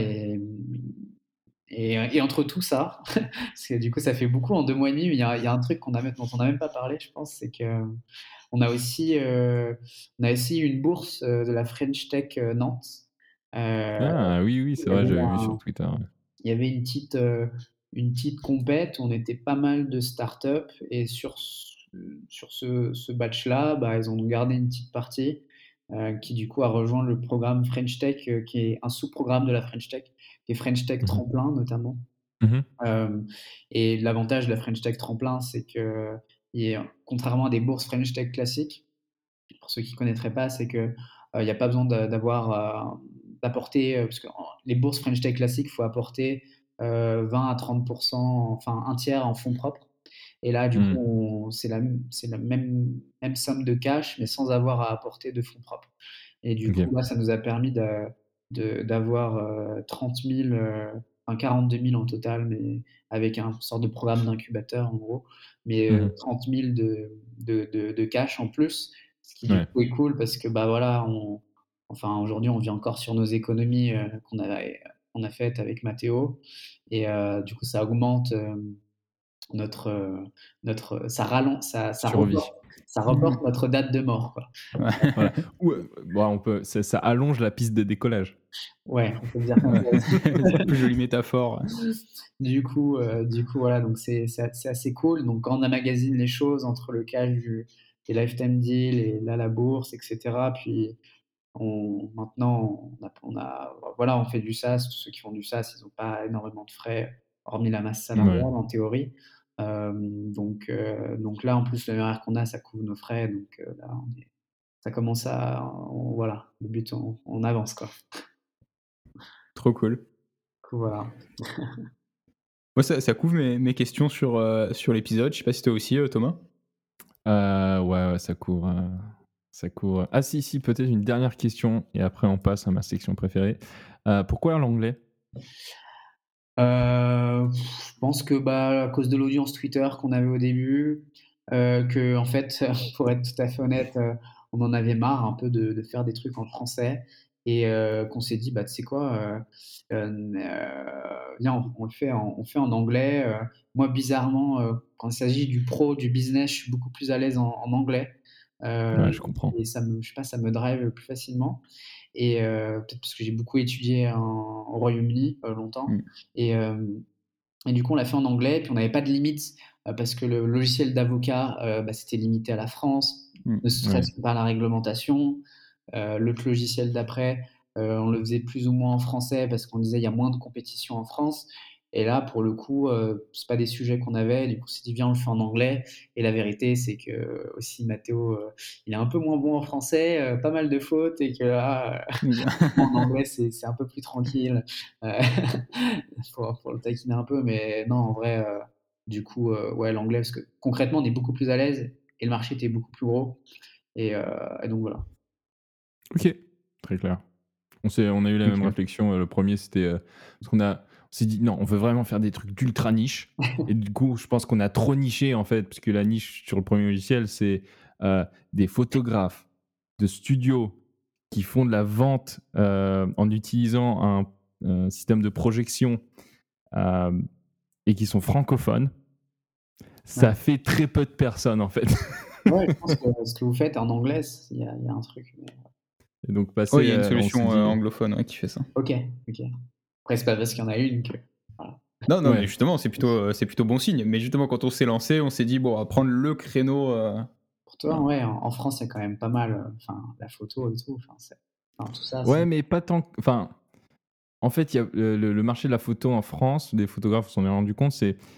et entre tout ça, parce que du coup, ça fait beaucoup en 2 mois et demi, mais il y a un truc dont on n'a même pas parlé, je pense, c'est qu'on a aussi, on a aussi une bourse, de la French Tech, Nantes. Heu, ah oui, oui, il c'est y vrai, avait j'avais vu un sur Twitter, ouais. il y avait une petite compète, on était pas mal de startups et sur ce batch-là, bah, ils ont gardé une petite partie, qui du coup a rejoint le programme French Tech, qui est un sous-programme de la French Tech, qui est French Tech Mmh mh. Tremplin notamment. Mmh. Hem et l'avantage de la French Tech Tremplin, c'est que il est contrairement à des bourses French Tech classiques, pour ceux qui ne connaîtraient pas, c'est que, il y a pas besoin d'apporter, parce que les bourses French Tech classiques, il faut apporter, 20 à 30 enfin un tiers en fonds propres et là, du coup, Mmh. c'est la même somme de cash, mais sans avoir à apporter de fonds propres et du OK. coup, là, ça nous a permis d'avoir, 30 000, enfin 42 000 en total, mais avec un sorte de programme d'incubateur, en gros, mais Mmh mh. 30 000 de cash en plus, ce qui du Ouais. coup est cool parce que, bah, voilà, enfin aujourd'hui, on vit encore sur nos économies, qu'on a faites avec Mathéo et du coup, ça augmente, notre, notre Survie. ça Mmh. reporte notre date de mort, quoi. Voilà. Ou, bah, ça allonge la piste de décollage. Ouais, on peut dire comme Ouais. ça aussi. Plus jolie métaphore. Du coup, voilà, donc c'est assez cool. Donc quand on emmagasine les choses entre le cash les lifetime deals et là, la bourse et cetera. Puis maintenant, voilà, on fait du SaaS. Tous ceux qui font du SaaS, ils ont pas énormément de frais, hormis la masse Ouais, salariale en théorie. Donc là, en plus, le RR qu'on a, ça couvre nos frais. Donc là, ça commence voilà, le but, on avance, quoi. Trop cool. Du coup, voilà. Moi, ça couvre mes questions sur l'épisode. Je sais pas si toi aussi, Thomas? ouais, ça couvre, ah si, peut-être une dernière question et après on passe à ma section préférée. Pourquoi l'anglais? Je pense que, bah, à cause de l'audience Twitter qu'on avait au début, qu'en fait, pour être tout à fait honnête, on en avait marre un peu de faire des trucs en français et qu'on s'est dit: «Bah, tu sais quoi? Viens, on le fait en anglais». Moi, bizarrement, quand il s'agit du pro, du business, je suis beaucoup plus à l'aise en anglais, heu Ouais, je comprends. et je sais pas, ça me drive plus facilement. Et peut-être parce que j'ai beaucoup étudié au Royaume-Uni, longtemps. Mmh. Et du coup, on l'a fait en anglais, puis on n'avait pas de limite, parce que le logiciel d'avocat, bah, c'était limité à la France, Mmh. ne Ouais. serait-ce que par la réglementation. L'autre logiciel d'après, on le faisait plus ou moins en français parce qu'on disait: «Il y a moins de compétition en France». Et là, pour le coup, c'est pas des sujets qu'on avait, du coup, on s'est dit: «Viens, on le fait en anglais». Et la vérité, c'est que aussi Matteo, il est un peu moins bon en français, pas mal de fautes, et que là, en anglais, c'est un peu plus tranquille, heu, pour le taquiner un peu. Mais non, en vrai, du coup, ouais, l'anglais, parce que concrètement, on est beaucoup plus à l'aise et le marché était beaucoup plus gros. Et donc voilà. OK, très clair. On a eu la même OK. réflexion, le premier c'était, parce on s'est dit: «Non, on veut vraiment faire des trucs d'ultra niche» et du coup, je pense qu'on a trop niché, en fait, parce que la niche sur le premier logiciel, c'est, des photographes de studios qui font de la vente, en utilisant un système de projection, hem et qui sont francophones. Ça Ouais. fait très peu de personnes, en fait. Ouais, je pense que ce que vous faites en anglais, il y a un truc, mais Et donc Ouais, il passer, y a une on s'est solution, dit anglophone, ouais, qui fait ça. OK, OK. Après, c'est pas parce qu'il y en a une que voilà. Non, non, mais ouais. justement, c'est plutôt bon signe. Mais justement, quand on s'est lancé, on s'est dit: «Bon, on va prendre le créneau», Pour toi, voilà. ouais, en France, c'est quand même pas mal, enfin, la photo et tout, tout ça, c'est Ouais, mais pas tant q enfin, en fait, il y a le marché de la photo en France, des photographes s'en est rendu compte,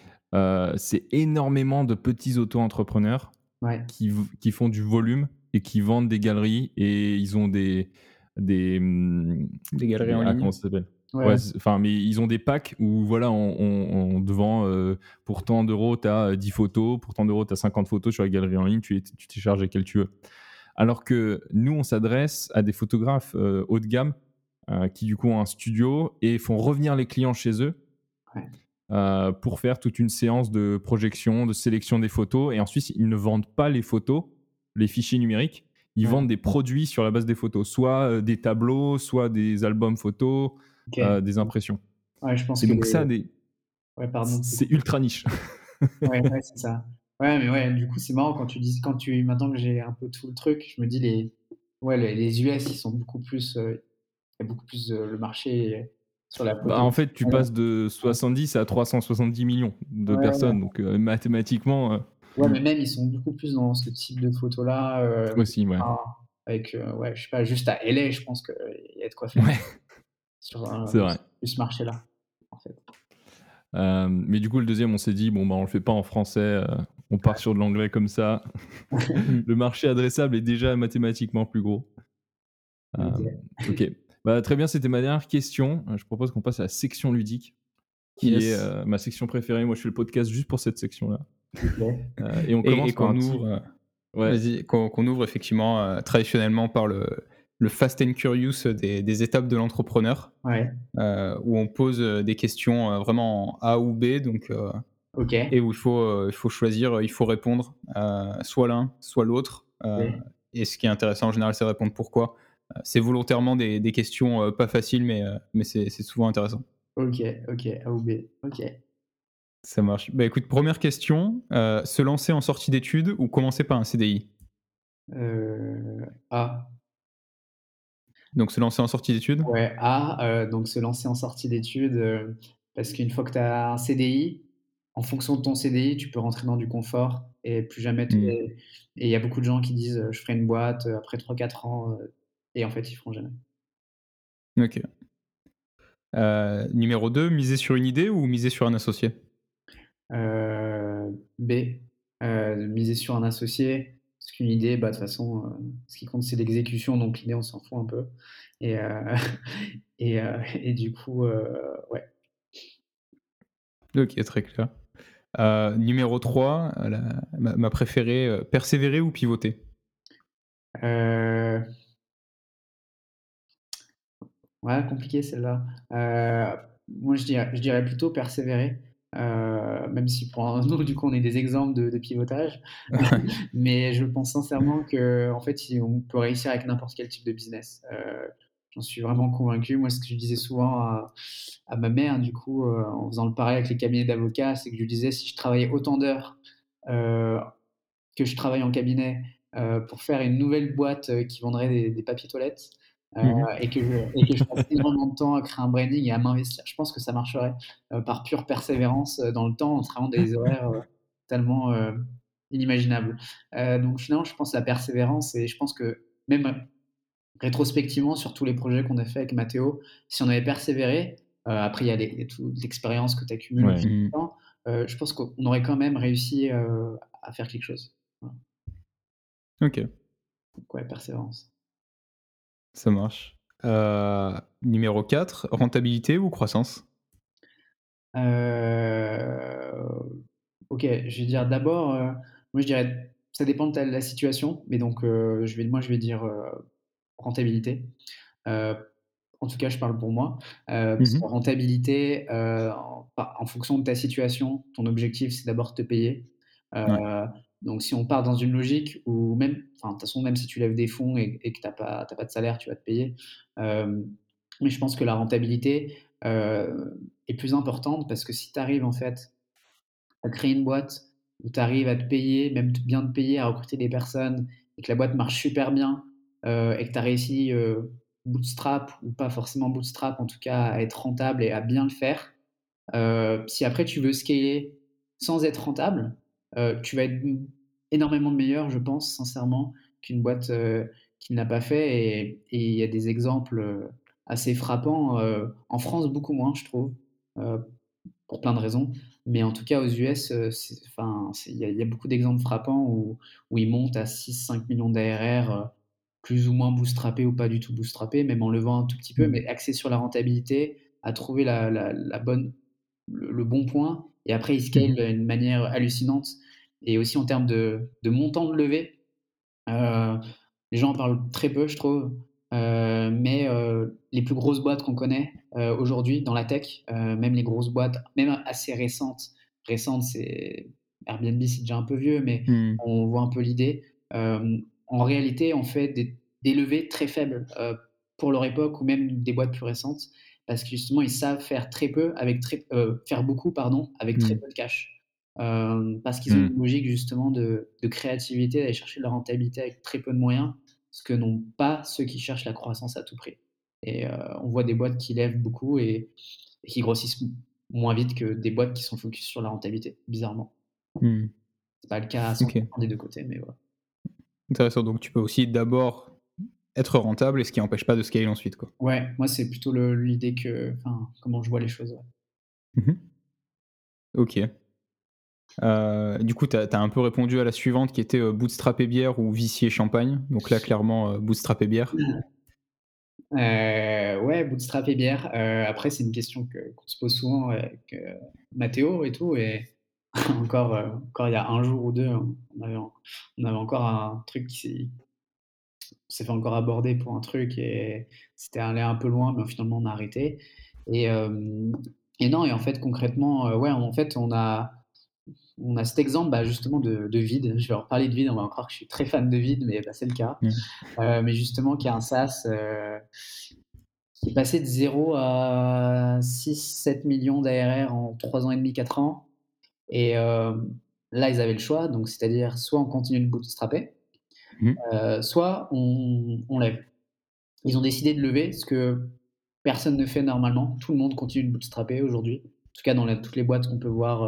c'est énormément de petits auto-entrepreneurs ouais, qui font du volume et qui vendent des galeries et ils ont des, Des galeries en comment ligne. ça s'appelle? ouais, Ouais, enfin, mais ils ont des packs où voilà, on te vend, pour tant d'euros, tu as 10 photos, pour tant d'euros, tu as 50 photos sur la galerie en ligne, tu télécharges lesquelles tu veux. Alors que nous, on s'adresse à des photographes, haut de gamme, qui du coup ont un studio et font revenir les clients chez eux, ouais, pour faire toute une séance de projection, de sélection des photos et ensuite ils ne vendent pas les photos, les fichiers numériques, ils ouais, vendent des produits sur la base des photos, soit, des tableaux, soit des albums photos, OK. des impressions Ouais, je pense et que donc les ça ouais, pardon de te c'est couper. ultra niche. Ouais, ouais, c'est ça. Ouais, mais ouais, du coup, c'est marrant quand tu maintenant que j'ai un peu tout le truc, je me dis les US, ils sont beaucoup plus, il y a beaucoup plus, le marché sur la Bah, photo. en fait, tu passes de 70 à 370 millions de Ouais, ouais. personnes donc mathématiquement, Ouais, mais même ils sont beaucoup plus dans ce type de photo-là, aussi, ouais. enfin, avec, ouais, je sais pas, juste à LA, je pense qu'il y a de quoi faire Ouais, sur, c'est vrai. ce marché-là, en fait. Mais du coup, le deuxième, on s'est dit: «Bon, bah, on le fait pas en français, on part sur de l'anglais comme ça». Mmh. Le marché adressable est déjà mathématiquement plus gros. Hem, OK. OK. Bah, très bien, c'était ma dernière question. Je propose qu'on passe à la section ludique qui est, Yes. ma section préférée. Moi, je fais le podcast juste pour cette section-là, OK. et on Et commence par qu'on un petit ouvre, ouais, vas-y, qu'on ouvre effectivement, traditionnellement par le Fast and Curious des étapes de l'entrepreneur, Ouais. où on pose, des questions, vraiment en A ou B, donc et OK. où il faut choisir, il faut répondre, soit l'un, soit l'autre, OK. et ce qui est intéressant en général, c'est répondre pourquoi. C'est volontairement des questions, pas faciles, mais c'est souvent intéressant. OK, OK, A ou B. OK. Ça marche. Bah, écoute, première question, se lancer en sortie d'études ou commencer par un CDI? A. Donc se lancer en sortie d'études? Ouais, A, donc se lancer en sortie d'études, parce qu'une fois que tu as un CDI, en fonction de ton CDI, tu peux rentrer dans du confort et plus jamais Mmh. et il y a beaucoup de gens qui disent, «Je ferai une boîte, après 3 4 ans», et en fait, ils feront jamais. OK. Numéro 2, miser sur une idée ou miser sur un associé? B, miser sur un associé, parce qu'une idée, bah, de toute façon, ce qui compte, c'est l'exécution, donc l'idée, on s'en fout un peu et et du coup, ouais. OK, très clair. Numéro 3, ma préférée, persévérer ou pivoter? Heu Ouais, compliqué celle-là. Moi je dirais plutôt persévérer, même si pour nous du coup on est des exemples de pivotage. Mais je pense sincèrement qu'en fait si on peut réussir avec n'importe quel type de business. J'en suis vraiment convaincu. Moi ce que je disais souvent à ma mère du coup, en faisant le parallèle avec les cabinets d'avocats, c'est que je lui disais: «Si je travaillais autant d'heures, heu, que je travaille en cabinet, pour faire une nouvelle boîte, qui vendrait des papiers toilettes, heu Mmh. et que je passe énormément de temps à créer un branding et à m'investir. Je pense que ça marcherait, par pure persévérance, dans le temps, en travaillant des horaires, totalement, inimaginables. Donc finalement, je pense à la persévérance et je pense que même rétrospectivement sur tous les projets qu'on a fait avec Mathéo, si on avait persévéré, après il y a toute l'expérience que tu accumules au Ouais. fil du Mmh. temps, je pense qu'on aurait quand même réussi, à faire quelque chose. Voilà. OK, Donc ouais, persévérance. ça marche. Numéro 4, rentabilité ou croissance? OK, je vais dire d'abord, moi je dirais ça dépend de la situation, mais donc je vais dire, rentabilité. Heu, En tout cas, je parle pour moi, parce Mmh. que rentabilité, en fonction de ta situation, ton objectif, c'est d'abord te payer. Ouais. Donc si on part dans une logique où même enfin, de toute façon, même si tu lèves des fonds et que tu as pas de salaire, tu vas te payer. Hem, mais je pense que la rentabilité, est plus importante parce que si tu arrives, en fait, à créer une boîte où tu arrives à te payer, même bien te payer, à recruter des personnes et que la boîte marche super bien, et que tu as réussi, bootstrap ou pas forcément bootstrap, en tout cas à être rentable et à bien le faire. Si après tu veux scaler sans être rentable, tu vas être énormément meilleur, je pense sincèrement, qu'une boîte, qui ne l'a pas fait et il y a des exemples, assez frappants, en France beaucoup moins je trouve, heu, pour plein de raisons. Mais en tout cas aux US, c'est enfin, il y a beaucoup d'exemples frappants où ils montent à 6 5 millions d'ARR, plus ou moins bootstrappés ou pas du tout bootstrappés, même en levant un tout petit peu, Mmh. mais axés sur la rentabilité, à trouver la bonne le bon point et après ils scalent Mmh. d'une manière hallucinante et aussi en termes de montant de levée, heu, les gens en parlent très peu, je trouve, mais les plus grosses boîtes qu'on connaît, aujourd'hui dans la tech, même les grosses boîtes, même assez récentes, c'est Airbnb, c'est déjà un peu vieux, mais Mmh. on voit un peu l'idée. En réalité, on fait des levées très faibles, pour leur époque ou même des boîtes plus récentes parce que justement ils savent faire très peu avec faire beaucoup pardon, avec très Mmh. peu de cash. Parce qu'ils ont Mmh. une logique justement de créativité, d'aller chercher de la rentabilité avec très peu de moyens, ce que n'ont pas ceux qui cherchent la croissance à tout prix. Et on voit des boîtes qui lèvent beaucoup et qui grossissent moins vite que des boîtes qui sont focus sur la rentabilité, bizarrement. Mmh. C'est pas le cas à 100 OK, des 2 côtés, mais voilà. intéressant. Donc tu peux aussi d'abord être rentable et ce qui empêche pas de scaler ensuite, quoi. Ouais, moi c'est plutôt l'idée que enfin, comment je vois les choses, ouais. Mmh. OK. Du coup, tu as un peu répondu à la suivante qui était, bootstrap et bière ou Vici et champagne. Donc là, clairement, bootstrap et bière. Ouais, bootstrap et bière, après c'est une question qu'on se pose souvent avec, Mathéo et tout et encore il y a un jour ou 2, on avait encore un truc on s'est fait encore aborder pour un truc et c'était allé un peu loin, mais finalement on a arrêté et et non et en fait concrètement, ouais, en fait on a cet exemple, bah, justement de vide. Je vais reparler de vide, on va croire que je suis très fan de vide, mais bah, c'est le cas. Mmh. Mais justement qui a un SaaS, qui est passé de 0 à 6 7 millions d'ARR en 3 ans et demi, 4 ans et là, ils avaient le choix, donc c'est-à-dire soit on continue de bootstrapper, Mmh. soit on lève. Ils ont décidé de lever, ce que personne ne fait normalement. Tout le monde continue de bootstrapper aujourd'hui. En tout cas, dans toutes les boîtes qu'on peut voir,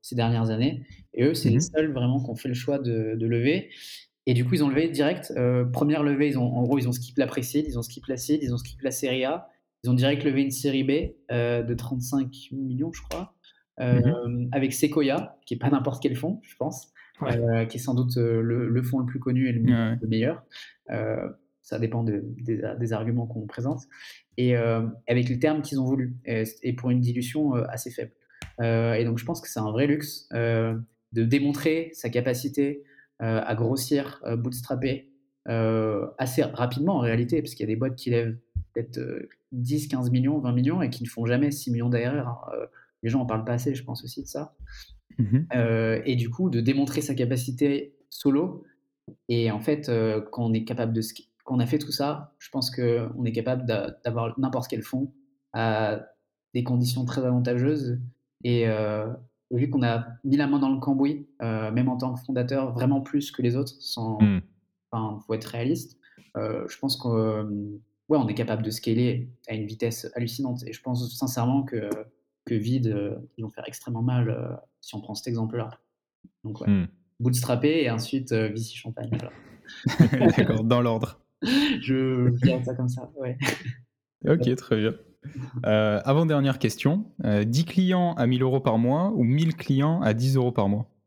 ces dernières années. Et eux, c'est les Mhm. seuls vraiment qui ont fait le choix de lever. Et du coup, ils ont levé direct. Première levée, en gros, ils ont skip la Pre-Seed, ils ont skip la Seed, ils ont skip la série A. Ils ont direct levé une série B de 35 millions, je crois, Mhm. avec Sequoia, qui est pas n'importe quel fonds, je pense, Ouais. qui est sans doute le fonds le plus connu et Ouais. le meilleur. Ça dépend des arguments qu'on présente. Et avec les termes qu'ils ont voulu, et pour une dilution assez faible. Et donc, je pense que c'est un vrai luxe de démontrer sa capacité à grossir, bootstrapper assez rapidement en réalité, parce qu'il y a des boîtes qui lèvent peut-être 10, 15 millions, 20 millions et qui ne font jamais 6 millions d'ARR, hein. Les gens en parlent pas assez, je pense aussi de ça. Mhm. Et du coup, de démontrer sa capacité solo. Et en fait, quand on est capable quand on a fait tout ça, je pense qu'on est capable d'avoir n'importe quel fonds à des conditions très avantageuses. Et vu qu'on a mis la main dans le cambouis, même en tant que fondateur, vraiment plus que les autres, Hmm. enfin, faut être réaliste. Je pense qu'on ouais, on est capable de scaler à une vitesse hallucinante. Et je pense sincèrement que Vide, ils vont faire extrêmement mal si on prend cet exemple-là. Donc ouais, Hmm. bootstrapper et ensuite VC Champagne. Voilà. D'accord, dans l'ordre. Je dirais ça comme ça, ouais. Ok, très bien. Avant-dernière question. 10 clients à 1000 euros par mois ou 1000 clients à 10 euros par mois?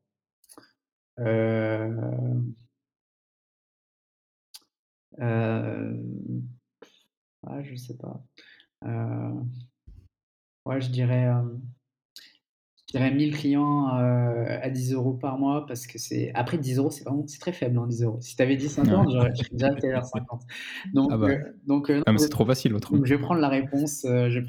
Euh, euh, ouais, je sais pas. Euh, ouais, je dirais 1000 clients à 10 euros par mois parce que c'est. Après, 10 euros, c'est très faible, hein, 10 euros. Si tu avais dit Ouais. 50, je serais direct allé vers 50. Donc, Ah bah. non, Ah, mais c'est trop facile, autrement. donc, je vais prendre la réponse.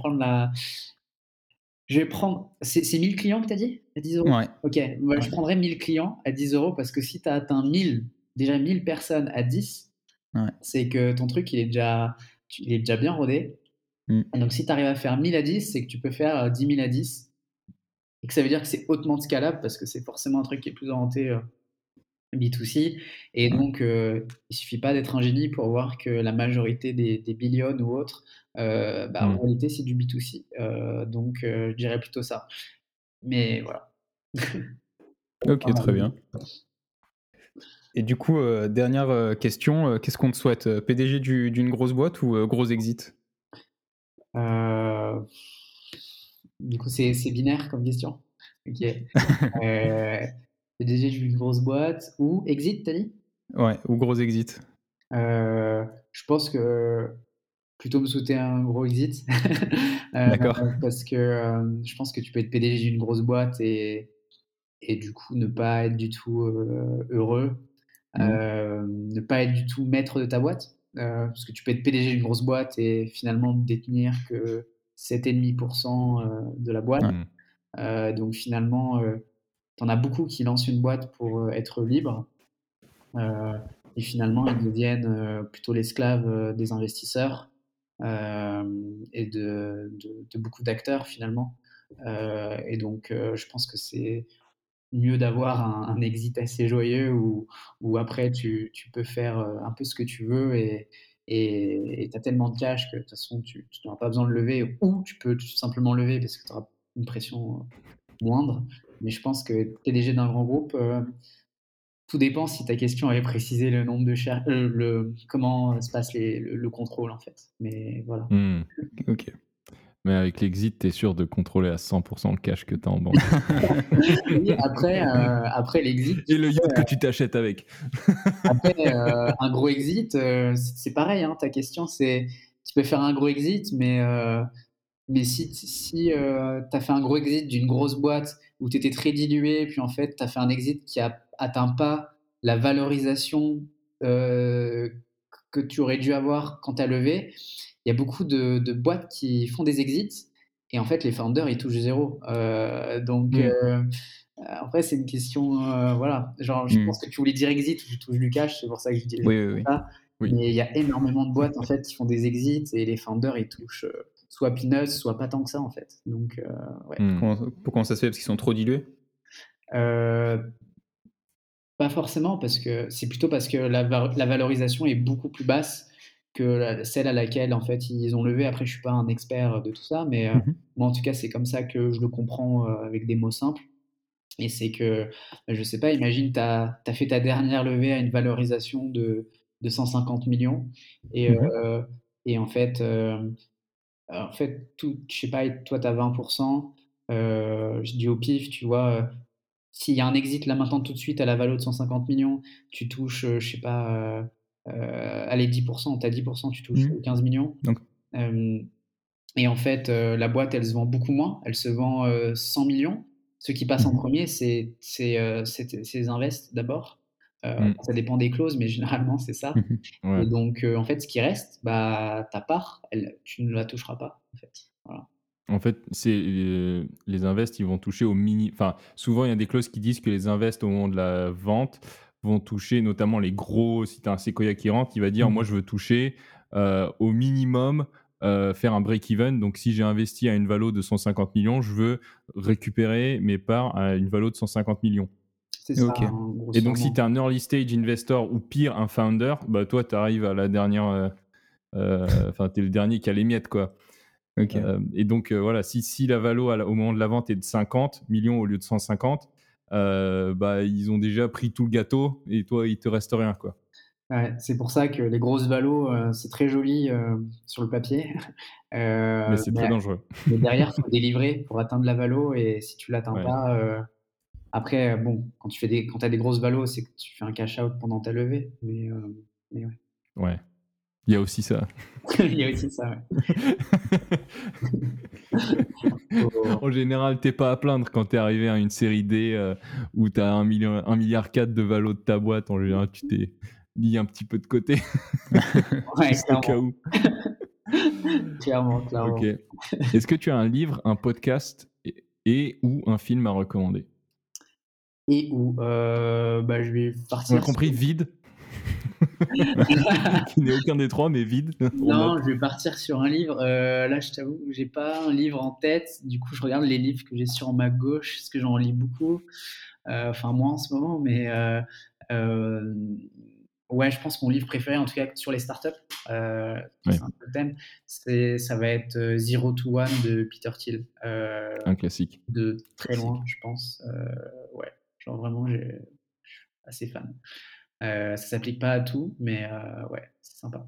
Je vais prendre. C'est 1000 clients que tu as dit à 10 euros. Ouais. Ok, bah, je Ouais. prendrais 1000 clients à 10 euros parce que si tu as atteint 1000, déjà 1000 personnes à 10, Ouais. c'est que ton truc, il est déjà bien rodé. Mm. Et donc, si tu arrives à faire 1000 à 10, c'est que tu peux faire 10 000 à 10. Et que ça veut dire que c'est hautement scalable parce que c'est forcément un truc qui est plus orienté B2C. Et Ouais. donc, il suffit pas d'être un génie pour voir que la majorité des billions ou autres, bah, en Hmm. réalité, c'est du B2C. Donc, je dirais plutôt ça. Mais voilà. Ok, très bien. Et du coup, dernière question, qu'est-ce qu'on te souhaite? PDG d'une grosse boîte ou gros exit? Euh, du coup, c'est binaire comme question. Ok. Euh, PDG d'une grosse boîte ou exit, t'as dit? Ouais, ou gros exit. Je pense que plutôt me souhaiter un gros exit. Heu, D'accord. parce que, je pense que tu peux être PDG d'une grosse boîte et du coup ne pas être du tout, heureux, Mhm. ne pas être du tout maître de ta boîte. Parce que tu peux être PDG d'une grosse boîte et finalement détenir que 7,5 de la boîte. Ouais. Hmm. Donc finalement, tu en as beaucoup qui lancent une boîte pour, être libres. Heu et finalement, ils deviennent, plutôt l'esclave, des investisseurs, et de beaucoup d'acteurs finalement. Et donc je pense que c'est mieux d'avoir un exit assez joyeux où après tu peux faire, un peu ce que tu veux et tu as tellement de cash que de toute façon tu n'auras pas besoin de lever ou tu peux tout simplement lever parce que tu auras une pression, moindre. Mais je pense que PDG d'un grand groupe, tout dépend si ta question avait précisé le nombre de shares, comment se passe le contrôle en fait. Mais voilà. Hmm. Ok. Mais avec l'exit, tu es sûr de contrôler à 100% le cash que tu as en banque. Oui, après l'exit, Et le yacht que tu t'achètes avec. après, un gros exit, c'est pareil, hein, ta question c'est tu peux faire un gros exit, mais si tu as fait un gros exit d'une grosse boîte où tu étais très dilué, puis en fait tu as fait un exit qui a atteint pas la valorisation, heu, que tu aurais dû avoir quand tu as levé, il y a beaucoup de boîtes qui font des exits et en fait les founders ils touchent 0. Donc Hmm. après c'est une question, voilà, genre je Hmm. pense que tu voulais dire exit où tu touches du cash, c'est pour ça que je dis Oui, oui, oui. ça. Oui. Mais il y a énormément de boîtes en fait qui font des exits et les founders ils touchent, soit peanuts, soit pas tant que ça en fait. Donc ouais. Hmm. Comment ça se fait? Parce qu'ils sont trop dilués? Heu, Pas forcément parce que c'est plutôt parce que la valorisation est beaucoup plus basse que celle à laquelle en fait ils ont levé. Après je suis pas un expert de tout ça, mais Mhm. moi en tout cas c'est comme ça que je le comprends, avec des mots simples. Et c'est que, je sais pas, imagine, tu as fait ta dernière levée à une valorisation de 150 millions et Mhm. et en fait, tout je sais pas, toi, tu as 20, je dis au pif, tu vois, s'il y a un exit là maintenant tout de suite à la valo de 150 millions, tu touches, je sais pas, allez 10, tu as 10, tu touches Mhm. 15 millions. Donc, Hem Et en fait, la boîte, elle se vend beaucoup moins. Elle se vend, 100 millions. Ceux qui passent en mhm. premier, c'est les invests d'abord. Mmh. Ça dépend des clauses, mais généralement, c'est ça. Mhm. Ouais. Et donc, en fait, ce qui reste, bah, ta part, tu ne la toucheras pas, en fait. Voilà. En fait, c'est, les invests, ils vont toucher au mini enfin, souvent, il y a des clauses qui disent que les invests, au moment de la vente, vont toucher notamment les gros si tu as un Sequoia qui rentre, il va dire: «Moi, Mhm. je veux toucher, au minimum, faire un break-even. Donc si j'ai investi à une valo de 150 millions, je veux récupérer mes parts à une valo de 150 millions. C'est ça, Ok. hein, Et donc si grossièrement. tu es un early stage investor ou pire, un founder, bah, toi, tu arrives à la dernière, enfin, tu es le dernier qui a les miettes, quoi. Ok. Et donc, voilà, si la valo au moment de la vente est de 50 millions au lieu de 150, bah, ils ont déjà pris tout le gâteau et toi, il te reste rien, quoi. Ouais, c'est pour ça que les grosses valos, c'est très joli, sur le papier, Mais c'est très mais dangereux. derrière, il faut délivrer pour atteindre la valo et si tu l'atteins Ouais, pas, après, bon, quand tu as des grosses valos, c'est que tu fais un cash out pendant ta levée, mais ouais. ouais, il y a aussi ça. Il y a aussi ça, ouais. Faut En général, tu pas à plaindre quand tu es arrivé à une série D, où tu as 1 milliard 4 de valo de ta boîte. En général, tu t'es mis un petit peu de côté, ouais, juste au cas clairement, où. clairement, OK. clairement. Est-ce que tu as un livre, un podcast et ou un film à recommander? Et où, bah, je vais On a partir sur compris vide, qui n'est aucun des 3 mais vide, on non, note. je vais partir sur un livre, là, je t'avoue, j'ai pas un livre en tête. Du coup, je regarde les livres que j'ai sur ma gauche, parce que j'en lis beaucoup. Enfin, moins en ce moment, mais hem, ouais, je pense que mon livre préféré, en tout cas sur les startups, Ouais, c'est un peu le thème, ça va être, Zero to One de Peter Thiel, un classique. de très loin, Classique. je pense. Ouais, genre vraiment, je suis assez fan. Ça s'applique pas à tout, mais ouais, c'est sympa.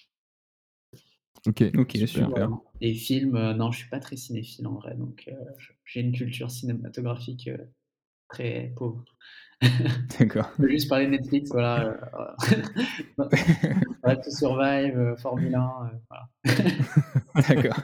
OK, Ok, super. Voilà. super. Et film, non, je suis pas très cinéphile en vrai, donc j'ai une culture cinématographique, très pauvre. D'accord. Je peux juste parler de Netflix, voilà, Drive to Survive, Formule 1, voilà. D'accord.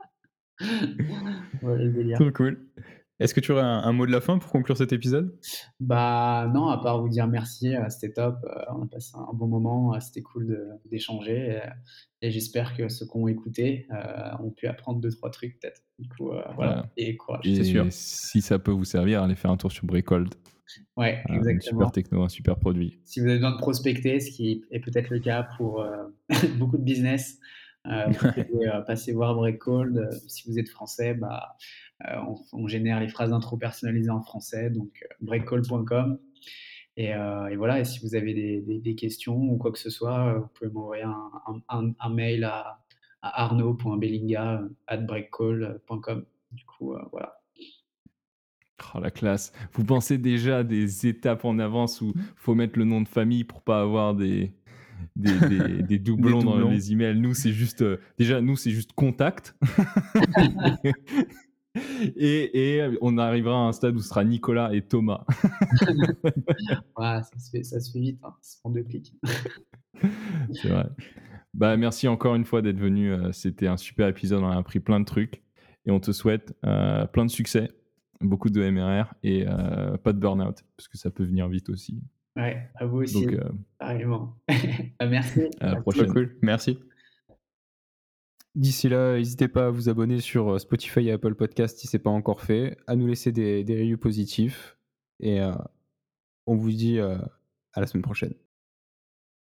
Voilà le délire. Trop cool. Est-ce que tu aurais un mot de la fin pour conclure cet épisode? Bah, non, à part vous dire merci, c'était top, on a passé un bon moment, c'était cool d'échanger et j'espère que ceux qui ont écouté, ont pu apprendre 2-3 trucs peut-être. Du coup, voilà Voilà. et courage. C'est Et sûr. si ça peut vous servir, allez faire un tour sur Breakhold. Ouais, Une super exactement. techno, un super produit. Si vous avez besoin de prospecter, ce qui est peut-être le cas pour, beaucoup de business, vous Ouais. pouvez, passer voir Breakhold. Si vous êtes français, bah, on génère les phrases d'intro personnalisées en français, donc breakcall.com et voilà et si vous avez des questions ou quoi que ce soit, vous pouvez m'envoyer un mail à arnaud.bellinga@breakcall.com. Du coup, voilà. Oh, la classe. Vous pensez déjà à des étapes en avance où faut mettre le nom de famille pour pas avoir des Des doublons dans doublons. les emails. Nous, c'est juste, déjà, nous, c'est juste contact. Et on arrivera à un stade où ce sera Nicolas et Thomas. Voilà, ça se fait vite, hein, ça se prend 2 clics. C'est vrai. Bah, merci encore une fois d'être venu. C'était un super épisode. On a appris plein de trucs. Et on te souhaite plein de succès, beaucoup de MRR et pas de burn-out, parce que ça peut venir vite aussi. Ouais, à vous aussi, Donc, pareillement. Bah, merci, à la à Trop prochaine. tous. cool. Merci. D'ici là, n'hésitez pas à vous abonner sur Spotify et Apple Podcast si ce n'est pas encore fait, à nous laisser des reviews positifs et on vous dit à la semaine prochaine.